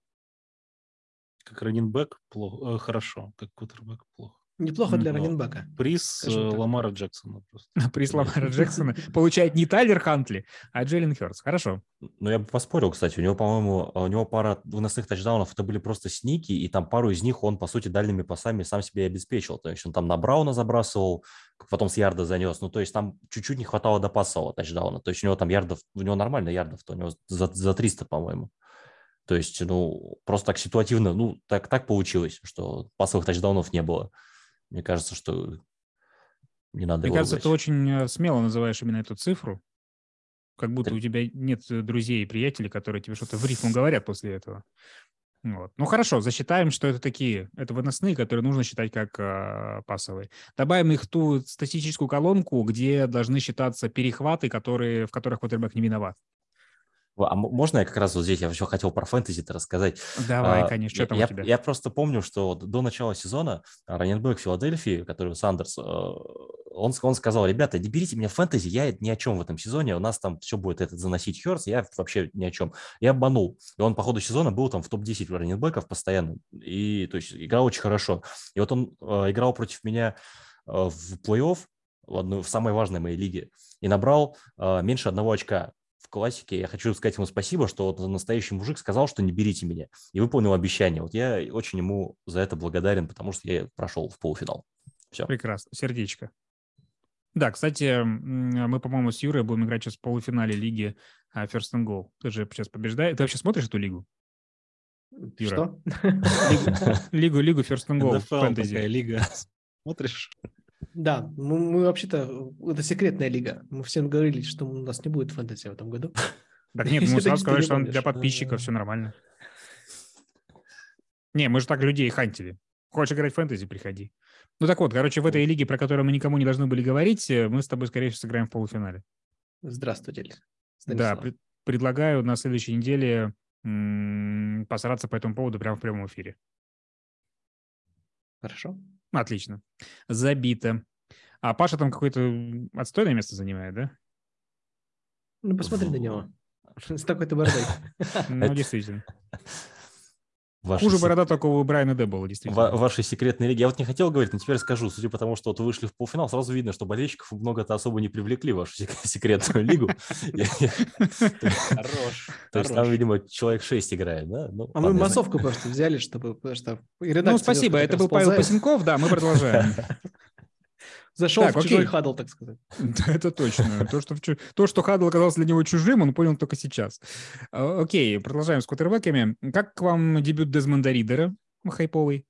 Как раннинбэк плохо, э, хорошо, как квотербэк плохо.
Неплохо для раннинбэка.
Приз Ламара Джексона просто.
Приз Ламара Джексона получает не Тайлер Хантли, а Джейлен Хёрст. Хорошо.
Ну, я бы поспорил, кстати. У него, по-моему, у него пара выносных тачдаунов, это были просто сники, и там пару из них он, по сути, дальними пасами сам себе обеспечил. То есть он там на Брауна забрасывал, потом с ярда занес. Ну, то есть там чуть-чуть не хватало до пассового тачдауна. То есть у него там ярдов, у него нормально ярдов-то, у него за, за триста, по-моему. То есть, ну, просто так ситуативно, ну, так, так получилось, что пассовых тачдаунов не было. Мне кажется, что не надо
Мне
его
кажется,
ругать.
ты очень смело называешь именно эту цифру, как будто у тебя нет друзей и приятелей, которые тебе что-то в рифму говорят после этого. Вот. Ну хорошо, засчитаем, что это такие, это выносные, которые нужно считать как э, пассовые. Добавим их в ту статистическую колонку, где должны считаться перехваты, которые, в которых квотербэк не виноват.
А можно я как раз вот здесь, я еще хотел про фэнтези-то рассказать.
Давай, конечно, что
я,
там
я,
у тебя?
Я просто помню, что вот до начала сезона раннинбэк Филадельфии, который Сандерс, он, он сказал: ребята, не берите меня в фэнтези, я ни о чем в этом сезоне, у нас там все будет этот заносить Хёрст, я вообще ни о чем. Я обманул. И он по ходу сезона был там в топ десять раннинбэков постоянно, и то есть играл очень хорошо. И вот он э, играл против меня э, в плей-офф, в, одну, в самой важной моей лиге, и набрал э, меньше одного очка. в классике. Я хочу сказать ему спасибо, что вот настоящий мужик сказал, что не берите меня, и выполнил обещание. Вот я очень ему за это благодарен, потому что я прошел в полуфинал. Все.
Прекрасно. Сердечко. Да, кстати, мы, по-моему, с Юрой будем играть сейчас в полуфинале лиги First and Goal. Ты же сейчас побеждаешь. Ты вообще смотришь эту лигу?
Юра? Что?
Лигу, лигу First and Goal.
эн эф эл такая лига. Смотришь?
Да, мы, мы вообще-то... Это секретная лига. Мы всем говорили, что у нас не будет фэнтези в этом году.
Так нет, мы сразу сказали, что он для подписчиков, все нормально. Не, мы же так людей хантили. Хочешь играть в фэнтези, приходи. Ну так вот, короче, в этой лиге, про которую мы никому не должны были говорить, мы с тобой, скорее всего, сыграем в полуфинале.
Здравствуйте,
Станислав. Да, пред, предлагаю на следующей неделе м- посраться по этому поводу прямо в прямом эфире.
Хорошо.
Отлично. Забито. А Паша там какое-то отстойное место занимает, да?
Ну, посмотри на него. С такой-то бородой.
Ну, действительно.
Ваши
Хуже
сек...
борода такого у Брайана Д было, действительно.
В вашей секретной лиге. Я вот не хотел говорить, но теперь скажу. Судя по тому, что вот вы вышли в полуфинал, сразу видно, что болельщиков много-то особо не привлекли в вашу секретную лигу.
Хорош.
То есть там, видимо, человек шесть играет, да?
А мы массовку просто взяли, чтобы...
Ну, спасибо. Это был Павел Пасенков, да, мы продолжаем.
Зашел так, в окей. чужой хадл, так сказать.
Да, это точно. То, что, то, что хадл оказался для него чужим, он понял только сейчас. Окей, продолжаем с квотербэками. Как к вам дебют Дезмонда Ридера, хайповый?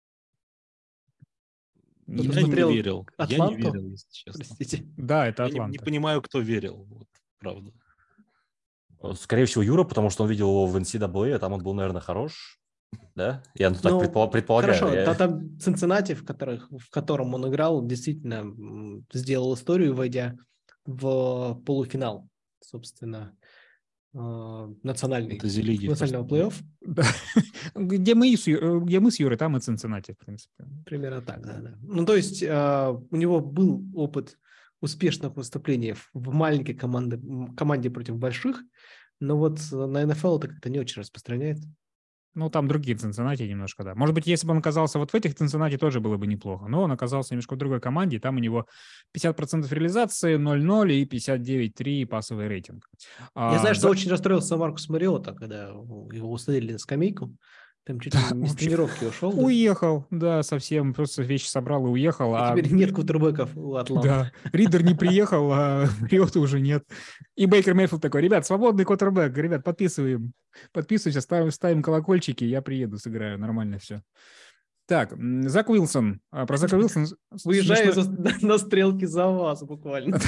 Я не верил.
Атланту?
Я не верил, если честно.
Простите.
Да, это Атланта.
Я не, не понимаю, кто верил, вот, правда.
Скорее всего, Юра, потому что он видел его в эн си эй эй, а там он был, наверное, хорош. Да? Я ну, так ну, предпол- предполагаю.
Хорошо,
я...
да, там Цинциннати, в, которых, в котором он играл, действительно сделал историю, войдя в полуфинал, собственно, национальный, национального плей-офф.
Да. где, мы, где мы с Юрой, там и Цинциннати, в принципе.
Примерно так, да. да. Ну, то есть у него был опыт успешных выступлений в маленькой команде, команде против больших, но вот на эн эф эл это как-то не очень распространяется.
Ну, там другие Цинциннати немножко, да. Может быть, если бы он оказался вот в этих Цинциннати, тоже было бы неплохо. Но он оказался немножко в другой команде, и там у него пятьдесят процентов реализации, ноль ноль и пятьдесят девять три пассовый рейтинг.
Я а, знаю, что за... очень расстроился Маркус Мариотта, когда его усадили на скамейку. Там чуть ли да, не с тренировки ушел. Да?
Уехал, да, совсем. Просто вещи собрал и уехал.
И а... теперь нет квотербэков у Атланты.
Да, Ридер не приехал, а Мариотта уже нет. И Бейкер Мейфилд такой: ребят, свободный квотербэк, ребят, подписываем. Подписывайся, ставим, ставим колокольчики, я приеду, сыграю, нормально все. Так, Зак Уилсон. Про Зака Уилсона...
Выезжаю на стрелке за вас буквально.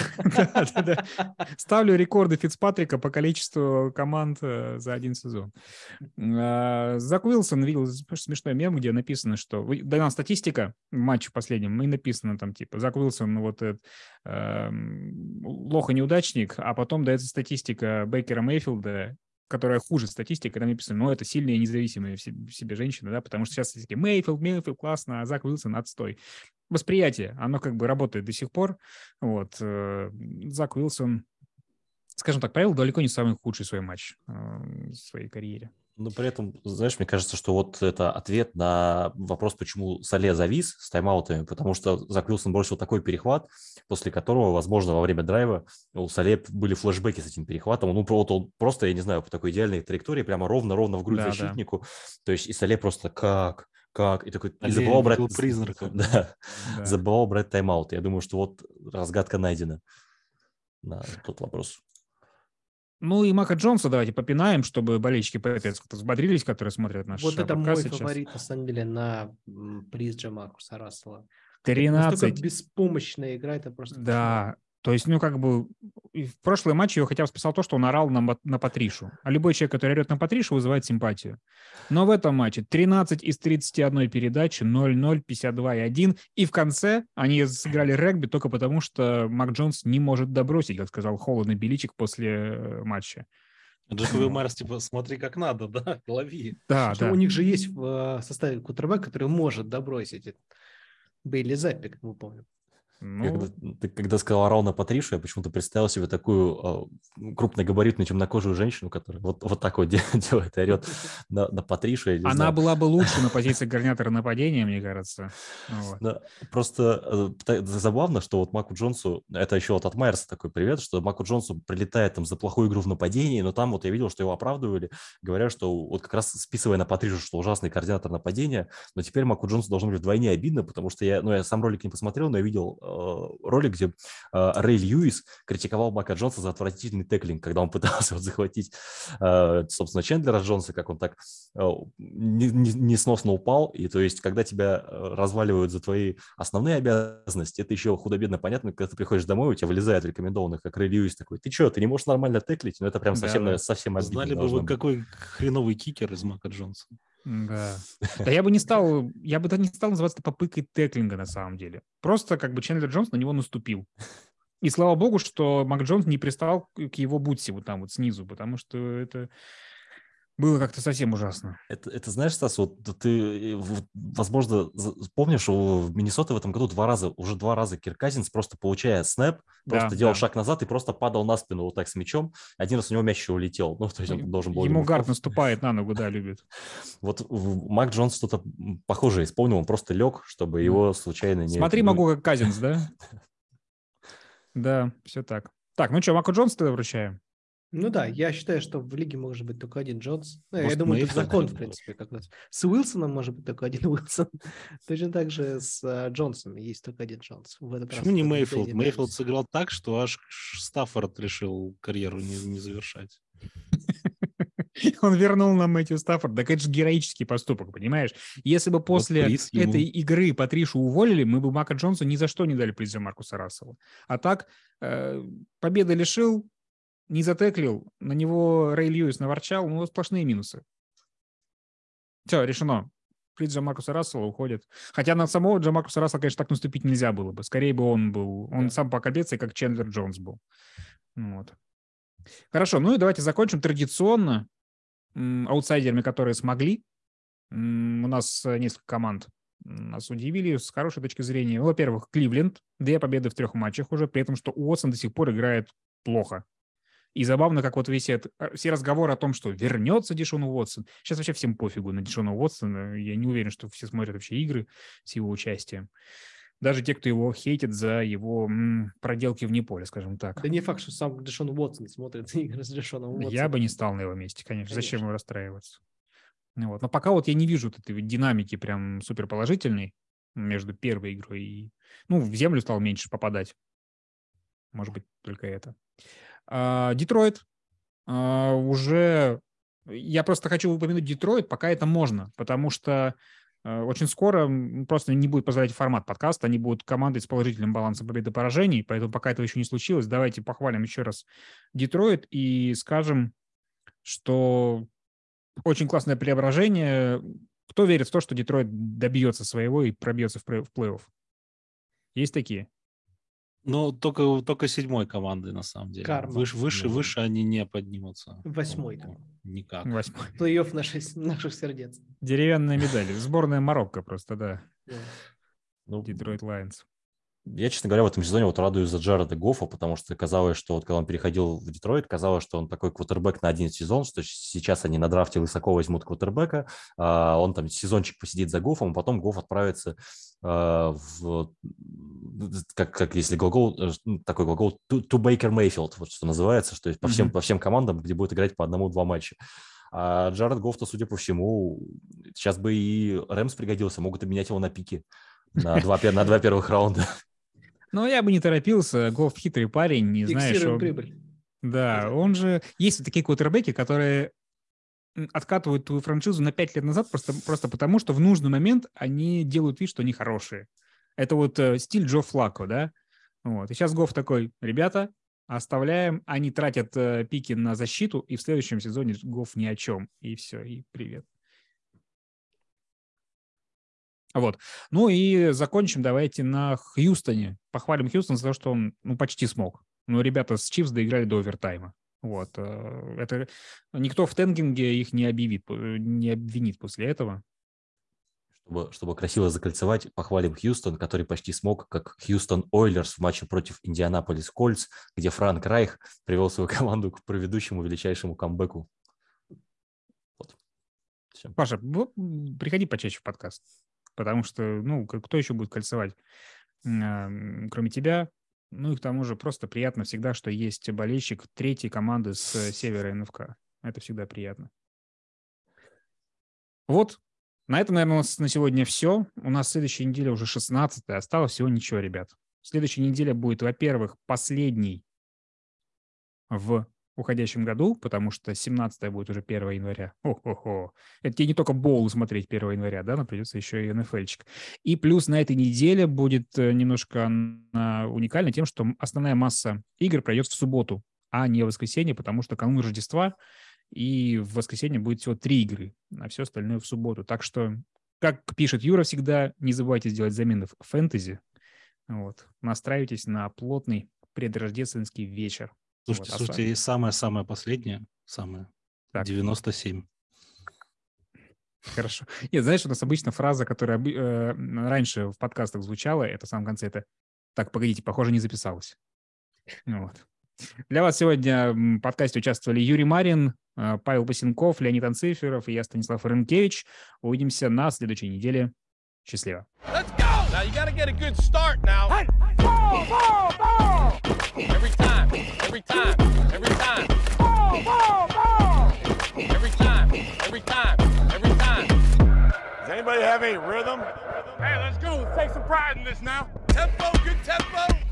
Ставлю рекорды Фицпатрика по количеству команд за один сезон. Зак Уилсон, видел смешной мем, где написано, что... Дана статистика в матче последнем, и написано там типа Зак Уилсон, вот этот лох-неудачник, а потом дается статистика Бейкера Мейфилда, которая хуже статистика, там написано, ну, это сильные и независимые в себе женщины, да, потому что сейчас статистики Мейфилд, Мейфилд, классно, а Зак Уилсон отстой. Восприятие, оно как бы работает до сих пор, вот. Зак Уилсон, скажем так, провел далеко не самый худший свой матч в своей карьере.
Но при этом, знаешь, мне кажется, что вот это ответ на вопрос, почему Сале завис с тайм-аутами, потому что Зак Уилсон бросил такой перехват, после которого, возможно, во время драйва у Сале были флешбеки с этим перехватом. Ну, вот он просто, я не знаю, по такой идеальной траектории, прямо ровно-ровно в грудь да, защитнику. Да. То есть и Сале просто как, как, и такой, и забывал брать...
призрака.
Да, да. Забывал брать тайм-аут. Я думаю, что вот разгадка найдена на тот вопрос.
Ну и Мака Джонса давайте попинаем, чтобы болельщики Патриотс как-то взбодрились, которые смотрят наш
вот
подкаст.
Вот это мой
сейчас.
фаворит, на самом деле, на приз Джамаркуса Рассела.
тринадцать.
Настолько беспомощная игра, это просто...
Да, то есть, ну, как бы, в прошлой матче его хотя бы спасал то, что он орал на, на Патришу. А любой человек, который орет на Патришу, вызывает симпатию. Но в этом матче тринадцать из тридцати одной передачи, ноль ноль, пятьдесят два и один. И в конце они сыграли регби только потому, что Мак Джонс не может добросить, как сказал холодный Беличик после матча.
Джекови Марс, типа, смотри, как надо, да, лови.
Да,
что
да.
У них же есть в составе квотербэк, который может добросить. Бейли Заппи, как мы помним.
Ну...
Я когда, ты когда сказал Рауна Патришу, я почему-то представил себе такую э, крупногабаритную темнокожую женщину, которая вот, вот так вот делает и орет на, на Патришу.
Она
знаю.
была бы лучше на позиции координатора нападения, мне кажется. Вот.
Да, просто э, забавно, что вот Маку Джонсу, это еще вот от Майерса такой привет, что Маку Джонсу прилетает там за плохую игру в нападении, но там вот я видел, что его оправдывали, говоря, что вот как раз списывая на Патришу, что ужасный координатор нападения, но теперь Маку Джонсу должно быть вдвойне обидно, потому что я, ну, я сам ролик не посмотрел, но я видел э, ролик, где э, Рэй Льюис критиковал Мака Джонса за отвратительный теклинг, когда он пытался вот захватить, э, собственно, Чендлера Джонса, как он так э, несносно упал, и то есть, когда тебя разваливают за твои основные обязанности, это еще худо-бедно понятно, когда ты приходишь домой, у тебя вылезает рекомендованных, как Рэй Льюис такой, ты что, ты не можешь нормально теклить? Ну, это прям совсем, да, да. совсем обидно.
Знали бы вы, быть. Какой хреновый кикер из Мака Джонса.
Да. Да я бы не стал, я бы не стал называться это попыткой теклинга на самом деле. Просто как бы Чендлер Джонс на него наступил. И слава богу, что Мак Джонс не пристал к его бутсе вот там вот снизу, потому что это... Было как-то совсем ужасно.
Это, это знаешь, Стас, вот ты, возможно, помнишь, в Миннесоте в этом году два раза, уже два раза Кирк Казинс просто получая снэп, просто да, делал да. шаг назад и просто падал на спину вот так с мячом. Один раз у него мяч еще улетел. Ну, то есть он должен был...
Ему гард наступает на ногу, да, любит.
Вот Мак Джонс что-то похожее исполнил, он просто лег, чтобы его случайно не...
Смотри, могу как Казинс, да? Да, все так. Так, ну что, Маку Джонсу тогда вручаем?
Ну да, я считаю, что в лиге может быть только один Джонс. Ну, я думаю, это закон, в принципе, как нас. С Уилсоном может быть только один Уилсон. Точно так же с uh, Джонсом есть только один Джонс. В этот
Почему не Мейфилд? Мейфилд сыграл так, что аж Стаффорд решил карьеру не, не завершать.
Он вернул нам Мэтью Стаффорд. Так это же героический поступок, понимаешь? Если бы после вот этой игры Патришу уволили, мы бы Мака Джонсу ни за что не дали приз за Маркуса Рассела. А так, э, победа лишил, не затеклил, на него Рэй Льюис наворчал, ну, сплошные минусы. Все, решено. Приз Джа Маркуса Рассела уходит. Хотя на самого Джа Маркуса Рассела, конечно, так наступить нельзя было бы. Скорее бы он был, он да. сам по капеции, как Чендлер Джонс был. Вот. Хорошо, ну и давайте закончим традиционно м, аутсайдерами, которые смогли. М, у нас несколько команд нас удивили с хорошей точки зрения. Ну, во-первых, Кливленд. Две победы в трех матчах уже, при этом, что Уотсон до сих пор играет плохо. И забавно, как вот весь этот, все разговоры о том, что вернется Дешон Уотсон. Сейчас вообще всем пофигу на Дешона Уотсона. Я не уверен, что все смотрят вообще игры с его участием. Даже те, кто его хейтит за его м, проделки вне поля, скажем так.
Да не факт, что сам Дешон Уотсон смотрит игры с Дешоном Уотсоном.
Я бы не стал на его месте, конечно. конечно. Зачем ему расстраиваться? Вот. Но пока вот я не вижу этой динамики прям суперположительной между первой игрой и... Ну, в землю стал меньше попадать. Может быть, только это. Детройт uh, uh, уже... Я просто хочу упомянуть Детройт, пока это можно, потому что uh, очень скоро просто не будет позволять формат подкаста, они будут командой с положительным балансом побед и поражений, поэтому пока этого еще не случилось, давайте похвалим еще раз Детройт и скажем, что очень классное преображение. Кто верит в то, что Детройт добьется своего и пробьется в плей-офф? Есть такие?
Ну, только, только седьмой команды, на самом деле.
Карма.
Выше, выше, ну, выше они не поднимутся.
Восьмой.
Ну, никак.
Восьмой.
Плей-офф наших, наших сердец.
Деревянная медаль. Сборная Марокко просто, да.
Yeah.
Ну,
Детройт Лайонс.
Я, честно говоря, в этом сезоне вот радуюсь за Джареда Гоффа, потому что казалось, что вот когда он переходил в Детройт, казалось, что он такой квотербек на один сезон, что сейчас они на драфте высоко возьмут квотербека, он там сезончик посидит за Гоффом, а потом Гофф отправится в, как, как если глагол, такой глагол to, to Baker Mayfield, вот что называется, что есть по, mm-hmm. всем, по всем командам, где будет играть по одному-два матча. А Джаред Гофф-то, судя по всему, сейчас бы и Рэмс пригодился, могут обменять его на пики на два, на два первых раунда.
Ну, я бы не торопился. Гофф хитрый парень, не знаешь. Он...
прибыль.
Да, он же... Есть такие квотербеки, которые откатывают твою франшизу на пять лет назад просто, просто потому, что в нужный момент они делают вид, что они хорошие. Это вот э, стиль Джо Флако, да? Вот. И сейчас Гофф такой, ребята, оставляем. Они тратят э, пики на защиту, и в следующем сезоне Гофф ни о чем. И все, и привет. Вот. Ну и закончим давайте на Хьюстоне. Похвалим Хьюстон за то, что он ну, почти смог. Но ребята с Чифс доиграли до овертайма. Вот. Это... Никто в тэнкинге их не объявит, не обвинит после этого.
Чтобы, чтобы красиво закольцевать, похвалим Хьюстон, который почти смог, как Хьюстон Ойлерс в матче против Индианаполис Кольтс, где Франк Райх привел свою команду к предыдущему величайшему камбэку. Вот. Все.
Паша, приходи почаще в подкаст, потому что, ну, кто еще будет кольцевать, кроме тебя? Ну и к тому же просто приятно всегда, что есть болельщик третьей команды с севера эн эф ка. Это всегда приятно. Вот. На этом, наверное, у нас на сегодня все. У нас следующая неделя уже шестнадцатая. Осталось всего ничего, ребят. Следующая неделя будет, во-первых, последний в уходящем году, потому что семнадцатая будет уже первого января. О-хо-хо. Это тебе не только боул смотреть первого января, да, но придется еще и эн эф эльчик. И плюс на этой неделе будет немножко уникально тем, что основная масса игр пройдет в субботу, а не в воскресенье, потому что канун Рождества, и в воскресенье будет всего три игры, а все остальное в субботу. Так что, как пишет Юра всегда, не забывайте сделать замены в фэнтези. Вот. Настраивайтесь на плотный предрождественский вечер.
Слушайте,
вот,
слушайте, и самое-самое последнее, самое, так. девяносто семь.
Хорошо. Нет, знаешь, у нас обычно фраза, которая э, раньше в подкастах звучала, это в самом конце, это «Так, погодите, похоже, не записалось». Вот. Для вас сегодня в подкасте участвовали Юрий Марин, Павел Пасенков, Леонид Анциферов и я, Станислав Рынкевич. Увидимся на следующей неделе. Счастливо. Now you gotta get a good start now. Hey, ball, ball, ball. Every time, every time, every time. Ball, ball, ball. Every time, every time, every time. Does anybody have any rhythm? Hey, let's go. Let's take some pride in this now. Tempo, good tempo.